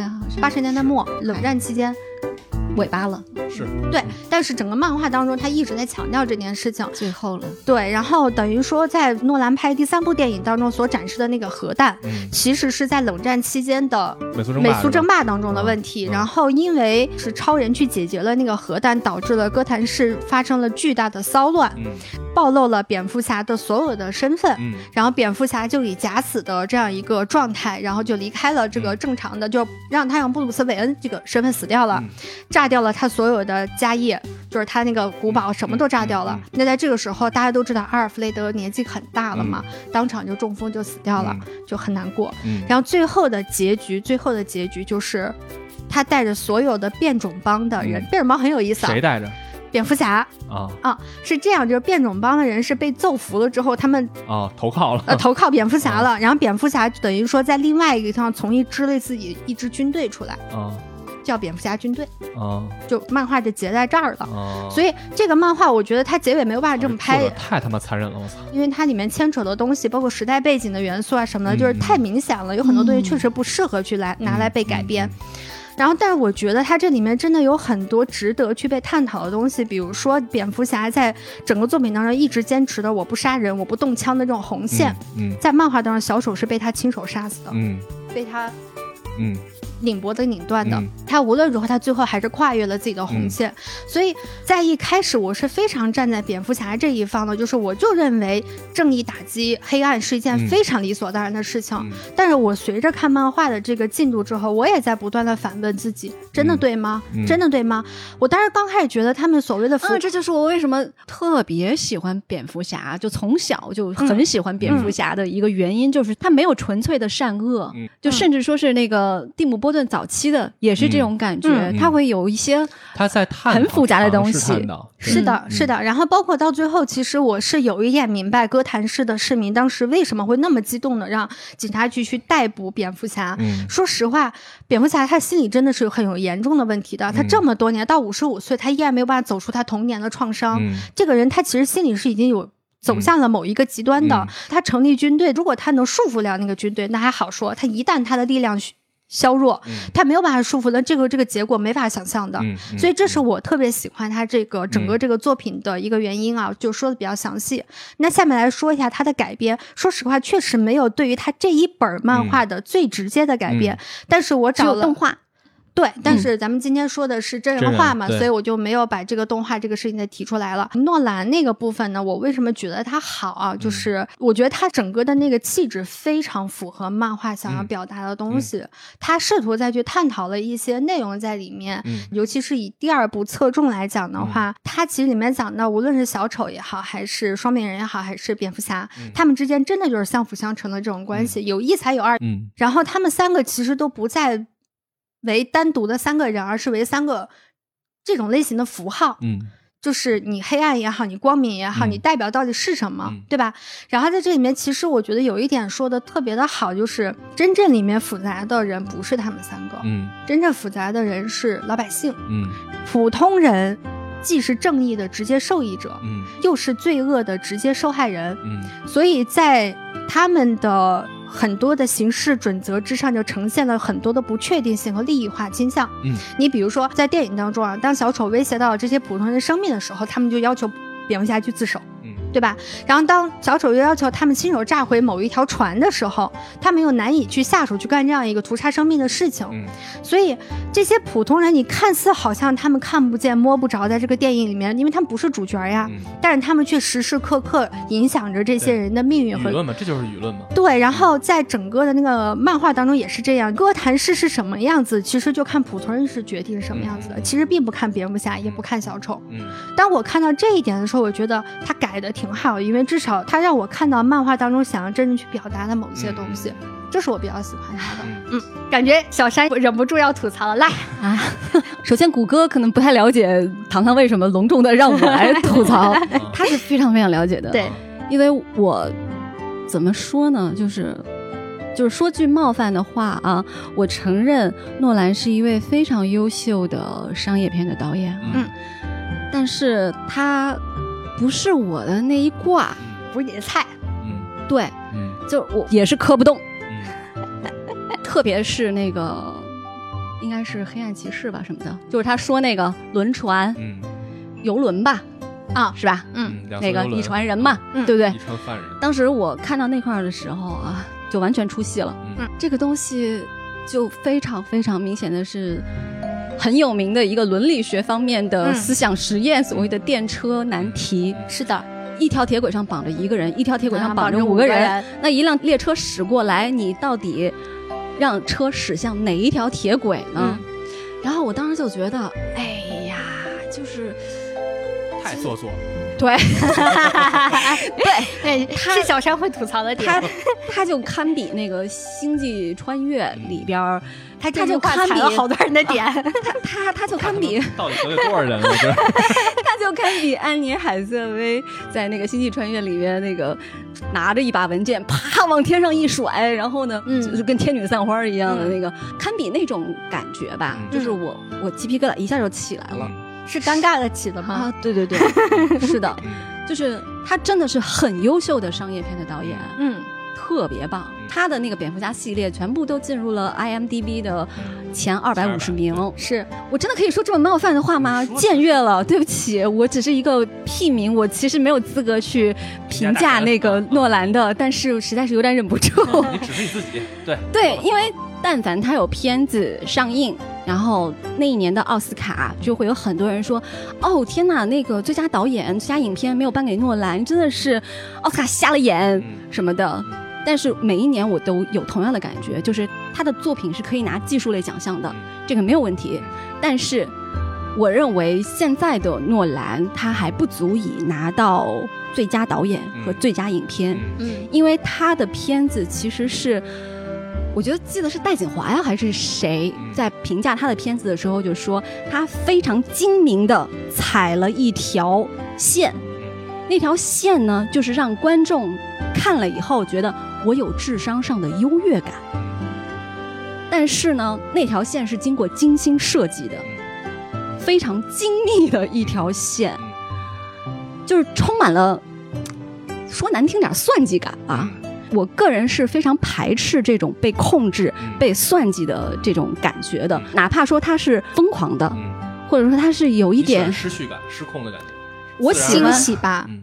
80年代末冷战期间。 尾巴了， 是对，但是整个漫画当中他一直在强调这件事情， 最后了， 对，然后等于说在诺兰拍第3部电影当中所展示的那个核弹，其实是在冷战期间的美苏争霸当中的问题，然后因为是超人去解决了那个核弹，导致了哥谭市发生了巨大的骚乱，暴露了蝙蝠侠的所有的身份，然后蝙蝠侠就以假死的这样一个状态，然后就离开了这个正常的，就让他用布鲁斯韦恩这个身份死掉了，炸掉了他所有的家业，就是他那个古堡什么都炸掉了。那在这个时候大家都知道阿尔弗雷德年纪很大了嘛，当场就中风就死掉了，就很难过。然后最后的结局就是他带着所有的变种帮的人，变种帮很有意思啊。 谁带着？ 蝙蝠侠是这样，就是变种帮的人是被揍服了之后，他们投靠了， 投靠蝙蝠侠了。然后蝙蝠侠等于说在另外一个地方从一支了自己一支军队出来叫蝙蝠侠军队就漫画就结在这儿了所以这个漫画我觉得它结尾没有办法这么拍， 太他妈残忍了，我操！ 因为它里面牵扯的东西，包括时代背景的元素啊什么的，就是太明显了，有很多东西确实不适合去拿来被改编。然后但是我觉得它这里面真的有很多值得去被探讨的东西，比如说蝙蝠侠在整个作品当中一直坚持的我不杀人我不动枪的这种红线，在漫画当中小丑是被他亲手杀死的，被他拧脖子拧断的，他无论如何他最后还是跨越了自己的红线，所以在一开始我是非常站在蝙蝠侠这一方的，就是我就认为正义打击黑暗是一件非常理所当然的事情，但是我随着看漫画的这个进度之后，我也在不断的反问自己，真的对吗？真的对吗？我当时刚开始觉得他们所谓的这就是我为什么特别喜欢蝙蝠侠，就从小就很喜欢蝙蝠侠的一个原因，就是他没有纯粹的善恶，就甚至说是那个蒂姆·波顿早期的也是这种感觉，他会有一些他在很复杂的东西， 是的是的。然后包括到最后其实我是有一点明白哥谭市的市民当时为什么会那么激动的让警察局去逮捕蝙蝠侠，说实话蝙蝠侠他心里真的是很有严重的问题的，他这么多年到55岁他依然没有办法走出他童年的创伤，这个人他其实心里是已经有走向了某一个极端的，他成立军队，如果他能束缚了那个军队那还好说，他一旦他的力量削弱，他没有办法束缚的，这个结果没法想象的，所以这是我特别喜欢他这个整个这个作品的一个原因啊，就说的比较详细。那下面来说一下他的改编，说实话确实没有对于他这一本漫画的最直接的改编，但是我找了动画对，但是咱们今天说的是真人化嘛，所以我就没有把这个动画这个事情再提出来了。诺兰那个部分呢，我为什么觉得它好啊？就是我觉得它整个的那个气质非常符合漫画想要表达的东西，它试图再去探讨了一些内容在里面，尤其是以第2部侧重来讲的话，它其实里面讲的无论是小丑也好，还是双面人也好，还是蝙蝠侠，他们之间真的就是相辅相成的这种关系，有一才有二，然后他们3个其实都不再为单独的3个人，而是为3个这种类型的符号，就是你黑暗也好，你光明也好，你代表到底是什么，对吧？然后在这里面其实我觉得有一点说的特别的好，就是真正里面复杂的人不是他们3个，真正复杂的人是老百姓，普通人既是正义的直接受益者，又是罪恶的直接受害人，所以在他们的很多的行事准则之上就呈现了很多的不确定性和利益化倾向。你比如说在电影当中啊，当小丑威胁到了这些普通人生命的时候，他们就要求蝙蝠侠去自首，对吧？然后当小丑又要求他们亲手炸毁某一条船的时候，他们又难以去下手去干这样一个屠杀生命的事情。所以这些普通人你看似好像他们看不见摸不着在这个电影里面，因为他们不是主角呀，但是他们却时时刻刻影响着这些人的命运和舆论嘛，这就是舆论嘛。 对，然后在整个的那个漫画当中也是这样，哥谭市是什么样子，其实就看普通人是决定是什么样子的，其实并不看蝙蝠侠，也不看小丑。当我看到这一点的时候，我觉得他改的挺好，因为至少他让我看到漫画当中想要真正去表达的某些东西，这是我比较喜欢他的。感觉小山忍不住要吐槽了，来啊！首先谷歌可能不太了解糖糖为什么隆重的让我来吐槽，他是非常非常了解的。 对， 因为我怎么说呢，就是说句冒犯的话啊，我承认诺兰是一位非常优秀的商业片的导演，但是他不是我的那一挂， 不是你的菜。 对，就我也是磕不动。特别是那个应该是黑暗骑士吧什么的，就是他说那个轮船，游轮吧，是吧？那个一船人嘛，对不对？ 一船犯人。 当时我看到那块的时候啊，就完全出戏了。这个东西就非常非常明显的是很有名的一个伦理学方面的思想实验，所谓的电车难题。 是的。 一条铁轨上绑着1个人，一条铁轨上绑着5个人，那一辆列车驶过来，你到底让车驶向哪一条铁轨呢？然后我当时就觉得，哎呀，就是太做作了。 对， 对，是小山会吐槽的点。 他就堪比那个《星际穿越》里边，他就堪比了好多人的点。 他就堪比到底得罪多少人了？ 他就堪比安妮海瑟薇在那个《星际穿越》里面那个拿着一把文件啪往天上一甩，然后呢，就是跟天女散花一样的那个，堪比那种感觉吧。就是我鸡皮疙瘩一下就起来了。 是尴尬的起的吗？ 对对对，是的，就是他真的是很优秀的商业片的导演，特别棒。他的那个蝙蝠侠系列全部都进入了 IMDB 的前250名。 是我真的可以说这么冒犯的话吗？僭越了，对不起，我只是一个屁民，我其实没有资格去评价那个诺兰的，但是实在是有点忍不住。 你只是你自己， 对，因为但凡他有片子上映，然后那一年的奥斯卡就会有很多人说，哦天哪，那个最佳导演、最佳影片没有颁给诺兰，真的是奥斯卡瞎了眼什么的。但是每一年我都有同样的感觉，就是他的作品是可以拿技术类奖项的，这个没有问题。但是我认为现在的诺兰他还不足以拿到最佳导演和最佳影片，因为他的片子其实是，我觉得记得是戴锦华呀还是谁在评价他的片子的时候就说，他非常精明的踩了一条线，那条线呢就是让观众看了以后觉得我有智商上的优越感，但是呢那条线是经过精心设计的，非常精密的一条线，就是充满了说难听点算计感啊。我个人是非常排斥这种被控制、被算计的这种感觉的，哪怕说它是疯狂的，或者说它是有一点失序感、失控的感觉。 我喜欢欣喜吧，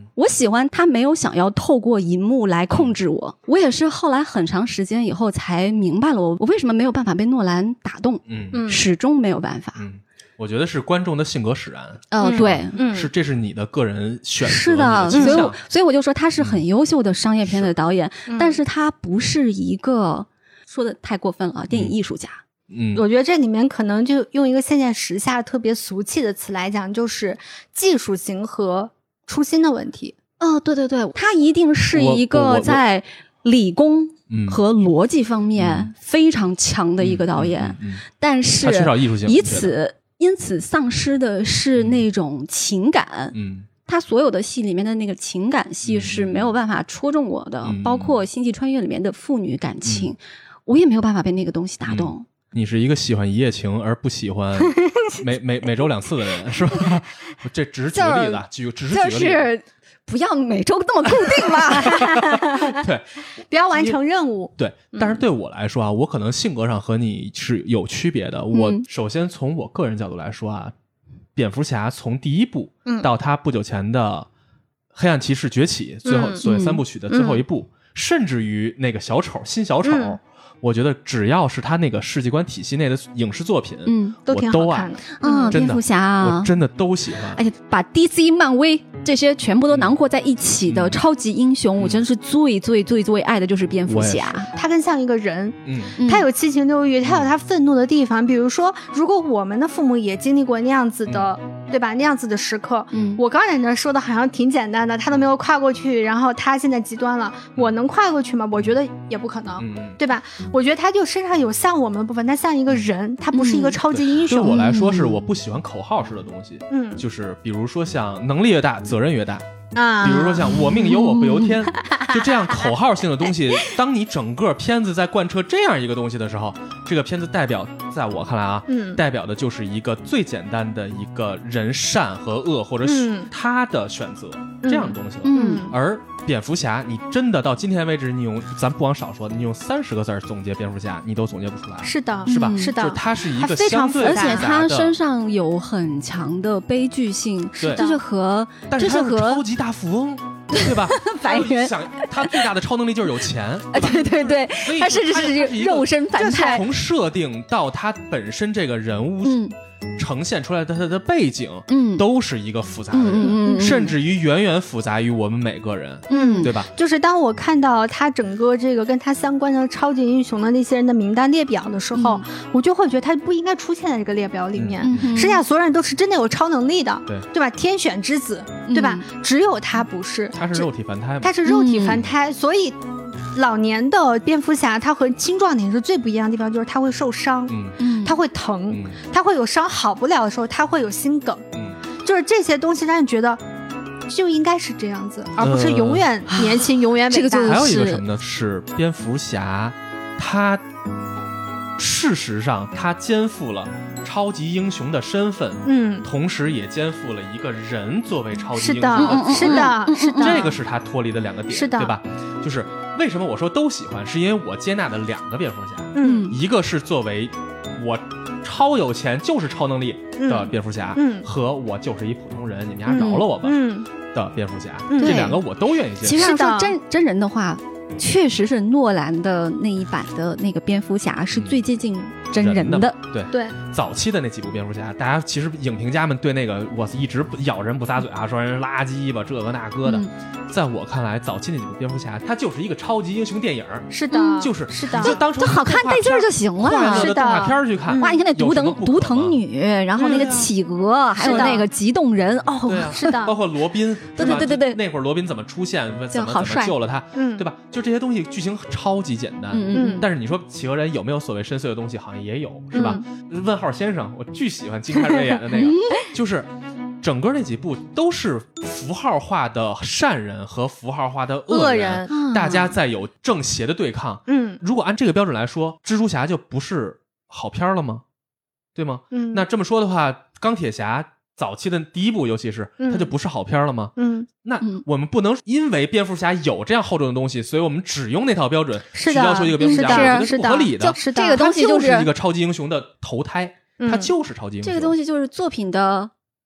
我喜欢他没有想要透过荧幕来控制我。我也是后来很长时间以后才明白了我为什么没有办法被诺兰打动，始终没有办法。 我觉得是观众的性格使然。 对， 这是你的个人选择。 是的，所以我就说他是很优秀的商业片的导演，但是他不是一个说的太过分了电影艺术家。 我觉得这里面可能就用一个现在时下特别俗气的词来讲，就是技术型和初心的问题。 对对对，他一定是一个在理工和逻辑方面非常强的一个导演，但是他缺少艺术性， 因此丧失的是那种情感。他所有的戏里面的那个情感戏是没有办法戳中我的，包括《星际穿越》里面的父女感情，我也没有办法被那个东西打动。 你是一个喜欢一夜情而不喜欢每周2次的人，是吧？这只是举个例子，只是举个例子。 就是不要每周那么固定嘛。 对， 不要完成任务。 对，但是对我来说啊，我可能性格上和你是有区别的。我首先从我个人角度来说啊，蝙蝠侠从第一部到他不久前的黑暗骑士崛起，最后所谓3部曲的最后一部，甚至于那个新小丑。我觉得只要是他那个世界观体系内的影视作品， 都挺好看的。蝙蝠侠我真的都喜欢。 而且把 DC 漫威这些全部都囊括在一起的超级英雄，我真是最最最最爱的就是蝙蝠侠。 他更像一个人，他有七情六欲，他有他愤怒的地方。比如说，如果我们的父母也经历过那样子的，对吧？那样子的时刻，我刚才那说的好像挺简单的，他都没有跨过去，然后他现在极端了，我能跨过去吗？我觉得也不可能，对吧？我觉得他就身上有像我们的部分，他像一个人，他不是一个超级英雄。 对我来说，是我不喜欢口号式的东西，就是比如说像能力越大，责任越大。比如说像我命由我不由天，就这样口号性的东西，当你整个片子在贯彻这样一个东西的时候，这个片子代表，在我看来啊，代表的就是一个最简单的一个人善和恶，或者是他的选择这样的东西了。而蝙蝠侠，你真的到今天为止，你用咱不往少说，你用30个字总结蝙蝠侠，你都总结不出来。 是的， 是吧？ 是的， 就是他是一个相对而且他身上有很强的悲剧性，这是和超级大富翁，对吧？ 白人想他最大的超能力就是有钱， 对对对，他甚至是肉身反派。 从设定到他本身这个人物呈现出来的他的背景，都是一个复杂的人，甚至于远远复杂于我们每个人，对吧？ 就是当我看到他整个这个跟他相关的超级英雄的那些人的名单列表的时候，我就会觉得他不应该出现在这个列表里面。剩下所有人都是真的有超能力的，对吧？天选之子，对吧？只有他不是， 他是肉体凡胎嘛， 他是肉体凡胎，所以老年的蝙蝠侠他和青壮年是最不一样的地方，就是他会受伤，他会疼，他会有伤好不了的时候，他会有心梗，就是这些东西让你觉得就应该是这样子，而不是永远年轻永远伟大。 还有一个什么呢？是蝙蝠侠他事实上他肩负了超级英雄的身份，同时也肩负了一个人作为超级英雄的是的， 这个是他脱离的2个点， 是的， 对吧？就是为什么我说都喜欢，是因为我接纳的2个蝙蝠侠，一个是作为我超有钱就是超能力的蝙蝠侠，和我就是一普通人，你们家饶了我吧的蝙蝠侠，这2个我都愿意接受。 其实说真人的话，确实是诺兰的那一版的那个蝙蝠侠是最接近真人的。 对，早期的那几部蝙蝠侠，大家其实影评家们对那个我一直咬人不撒嘴啊，说人垃圾吧，这个那个的。在我看来，早期那几部蝙蝠侠，它就是一个超级英雄电影。 是的， 就是的， 就当成好看带劲儿就行了。 是的， 动画片去看。 哇，你看那独藤女，然后那个企鹅，还有那个极冻人， 是的， 包括罗宾， 对， 那会儿罗宾怎么出现，怎么救了他，对吧？就这些东西剧情超级简单，但是你说企鹅人有没有所谓深邃的东西？好像也有，是吧？问号先生，我巨喜欢金凯瑞演的那个，就是整个那几部都是符号化的善人和符号化的恶人，大家在有正邪的对抗。如果按这个标准来说，蜘蛛侠就不是好片了吗？对吗？那这么说的话，钢铁侠早期的第一部，尤其是它就不是好片了吗？那我们不能因为蝙蝠侠有这样厚重的东西，所以我们只用那套标准去要求一个蝙蝠侠，我觉得是不合理的。 这个东西就是一个超级英雄的投胎，它就是超级英雄。 这个东西就是作品的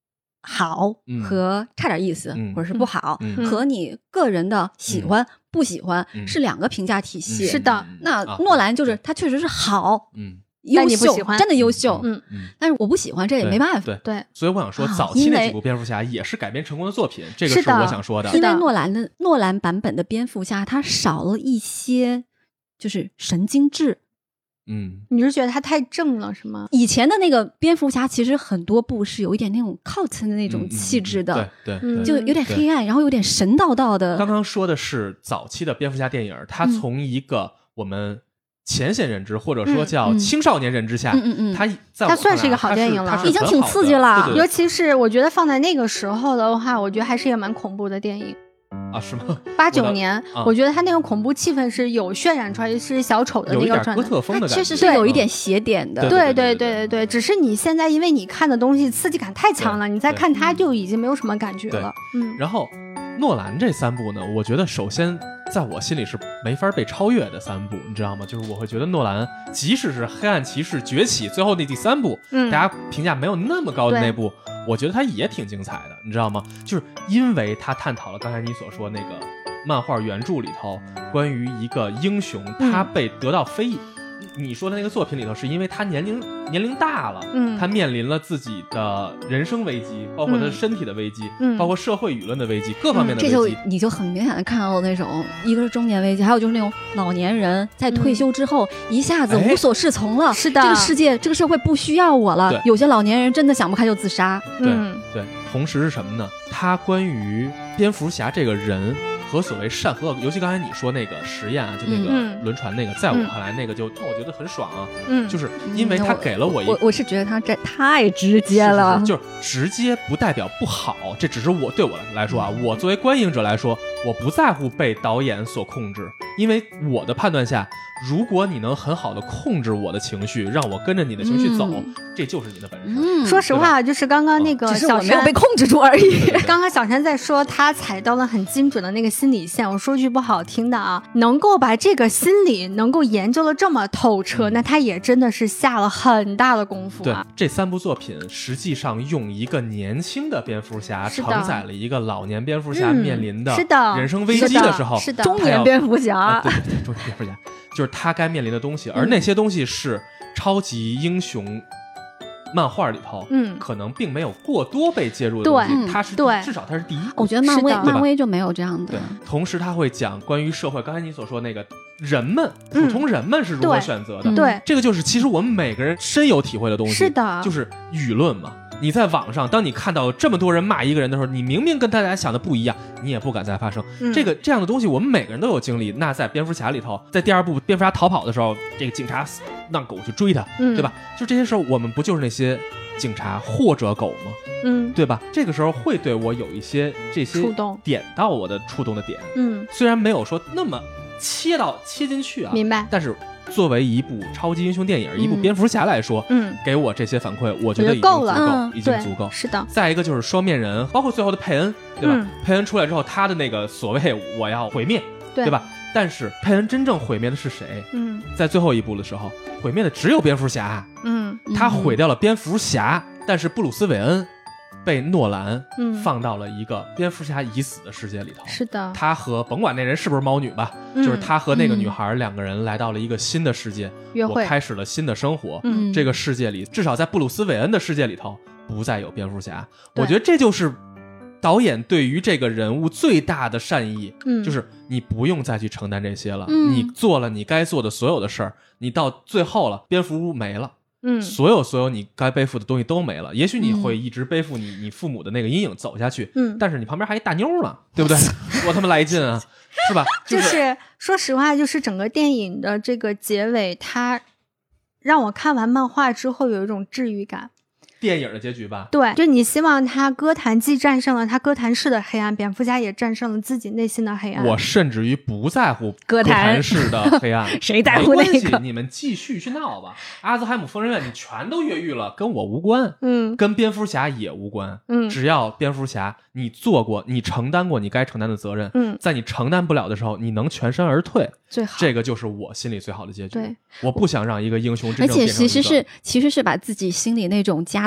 好和差点意思，或者是不好，和你个人的喜欢不喜欢是两个评价体系。 是的， 那诺兰就是他确实是好， 优秀， 真的优秀，但是我不喜欢，这也没办法。 对， 所以我想说，早期那几部蝙蝠侠也是改编成功的作品，这个是我想说的。 因为诺兰版本的蝙蝠侠，它少了一些就是神经质。 你是觉得他太正了是吗？ 以前的那个蝙蝠侠其实很多部是有一点那种 cult 的那种气质的， 对， 就有点黑暗，然后有点神叨叨的。 刚刚说的是早期的蝙蝠侠电影，它从一个我们浅显认知或者说叫青少年认知下，它算是一个好电影了， 已经挺刺激了。 尤其是我觉得放在那个时候的话，我觉得还是一个蛮恐怖的电影。 是吗 ？89年，我觉得他那种恐怖气氛是有渲染出来，是小丑的那个有一点哥特风的感觉， 确实是有一点邪点的。 对，只是你现在因为你看的东西刺激感太强了，你再看它就已经没有什么感觉了。 然后诺兰这3部呢，我觉得首先在我心里是没法被超越的3部，你知道吗？就是我会觉得诺兰即使是黑暗骑士崛起最后那第3部，大家评价没有那么高的那部，我觉得它也挺精彩的，你知道吗？就是因为它探讨了刚才你所说那个漫画原著里头关于一个英雄他被得到非议，你说的那个作品里头是因为他年龄大了，他面临了自己的人生危机，包括他身体的危机，包括社会舆论的危机，各方面的危机。 这就你就很明显的看到那种，一个是中年危机，还有就是那种老年人在退休之后一下子无所适从了。 是的， 这个世界这个社会不需要我了。有些老年人真的想不开就自杀。 对，同时是什么呢？他关于蝙蝠侠这个人和所谓善和恶，尤其刚才你说那个实验啊，就那个轮船那个，在我看来那个就让我觉得很爽啊。就是因为他给了我是觉得他这太直接了， 就是直接不代表不好，这只是对我来说啊，我作为观影者来说，我不在乎被导演所控制，因为我的判断下，如果你能很好的控制我的情绪，让我跟着你的情绪走，这就是你的本事。 说实话，就是刚刚那个小山没有被控制住而已。 刚刚小山在说他踩到了很精准的那个心理线，我说句不好听的啊，能够把这个心理能够研究的这么透彻，那他也真的是下了很大的功夫啊。 对，这3部作品实际上用一个年轻的蝙蝠侠承载了一个老年蝙蝠侠面临的人生危机的时候， 中年蝙蝠侠， 对，中年蝙蝠侠就是他该面临的东西，而那些东西是超级英雄漫画里头，可能并没有过多被介入的东西，它是至少它是第一。 我觉得漫威就没有这样的。 对，同时他会讲关于社会，刚才你所说那个人们，普通人们是如何选择的。 对， 这个就是其实我们每个人深有体会的东西。 是的， 就是舆论嘛。你在网上，当你看到这么多人骂一个人的时候，你明明跟大家想的不一样，你也不敢再发声。这样的东西，我们每个人都有经历。那在蝙蝠侠里头，在第2部蝙蝠侠逃跑的时候，这个警察让狗去追他，对吧？就这些时候，我们不就是那些警察或者狗吗？对吧？这个时候会对我有一些这些点到我的触动的点。虽然没有说那么切进去啊， 明白？ 但是作为一部超级英雄电影，一部蝙蝠侠来说，给我这些反馈，我觉得已经够了， 已经足够。 是的。 再一个就是双面人，包括最后的佩恩，对吧？佩恩出来之后，他的那个所谓我要毁灭，对吧？但是佩恩真正毁灭的是谁？在最后一部的时候，毁灭的只有蝙蝠侠。他毁掉了蝙蝠侠，但是布鲁斯韦恩被诺兰放到了一个蝙蝠侠已死的世界里头。 是的， 他和甭管那人是不是猫女吧，就是他和那个女孩2个人来到了一个新的世界， 约会， 我开始了新的生活。这个世界里，至少在布鲁斯韦恩的世界里头，不再有蝙蝠侠。我觉得这就是导演对于这个人物最大的善意，就是你不用再去承担这些了，你做了你该做的所有的事儿，你到最后了，蝙蝠屋没了。所有你该背负的东西都没了，也许你会一直背负你父母的那个阴影走下去，但是你旁边还一大妞呢，对不对？多他妈来劲啊，是吧？ 就是说实话，就是整个电影的这个结尾，它让我看完漫画之后有一种治愈感。 电影的结局吧， 对，就你希望他哥谭既战胜了他哥谭市的黑暗，蝙蝠侠也战胜了自己内心的黑暗。 我甚至于不在乎哥谭市的黑暗， 谁在乎那个？ 你们继续去闹吧。阿兹海姆疯人院你全都越狱了，跟我无关，跟蝙蝠侠也无关，只要蝙蝠侠你做过，你承担过你该承担的责任，在你承担不了的时候，你能全身而退， 最好。 这个就是我心里最好的结局。 对， 我不想让一个英雄真正变成一个， 而且其实是把自己心里那种枷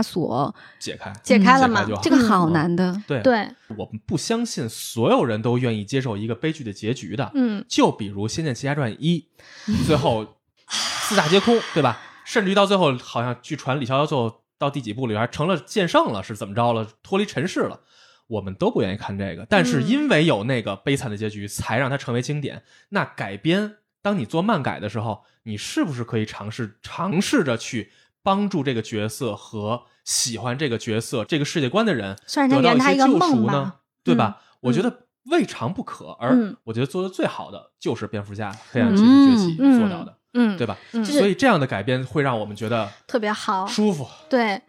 锁解开了吗？ 这个好难的。 对， 我们不相信所有人都愿意接受一个悲剧的结局的。就比如《仙剑奇侠传1》，最后四大皆空，对吧？甚至于到最后，好像据传李逍遥最后到第几部里还成了剑圣了，是怎么着了？脱离尘世了。我们都不愿意看这个，但是因为有那个悲惨的结局，才让它成为经典。那改编，当你做漫改的时候，你是不是可以尝试着去帮助这个角色和喜欢这个角色、这个世界观的人得到一些救赎呢？对吧？我觉得未尝不可。而我觉得做的最好的就是蝙蝠侠黑暗骑士崛起做到的，对吧？所以这样的改编会让我们觉得特别好、 舒服。 对。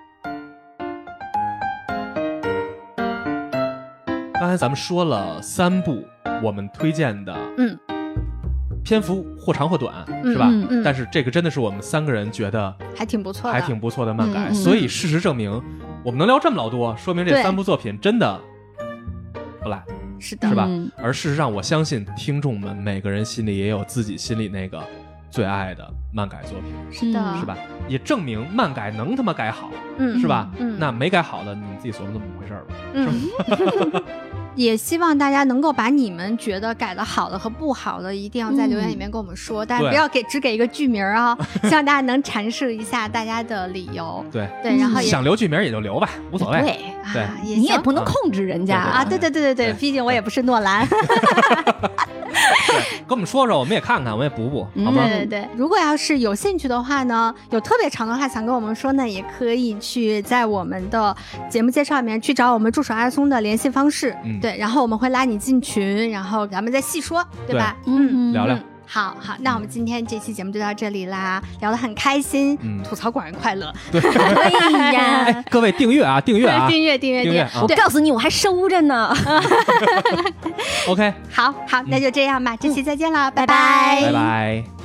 刚才咱们说了3部我们推荐的，篇幅或长或短，是吧？但是这个真的是我们3个人觉得还挺不错的漫改。所以事实证明，我们能聊这么老多，说明这3部作品真的不赖， 是的， 是吧？而事实上，我相信听众们每个人心里也有自己心里那个最爱的漫改作品， 是的， 是吧？也证明漫改能他妈改好，是吧？那没改好的，你自己琢磨怎么回事吧，是吧？ 也希望大家能够把你们觉得改的好的和不好的一定要在留言里面跟我们说，但是不要只给一个剧名啊，希望大家能阐释一下大家的理由。 对， 然后想留剧名也就留吧，无所谓。 对，你也不能控制人家啊。 对，毕竟我也不是诺兰。 跟我们说说，我们也看看，我们也补，好吗？ 对，如果要是有兴趣的话呢，有特别长的话想跟我们说呢，也可以去在我们的节目介绍里面去找我们助手阿松的联系方式。对，然后我们会拉你进群，然后咱们再细说，对吧？ 聊聊。 好，那我们今天这期节目就到这里啦，聊得很开心，吐槽果然快乐。 对， 哎呀， 各位订阅啊！ 我告诉你，我还收着呢。 OK， 好，那就这样吧，这期再见了，拜拜。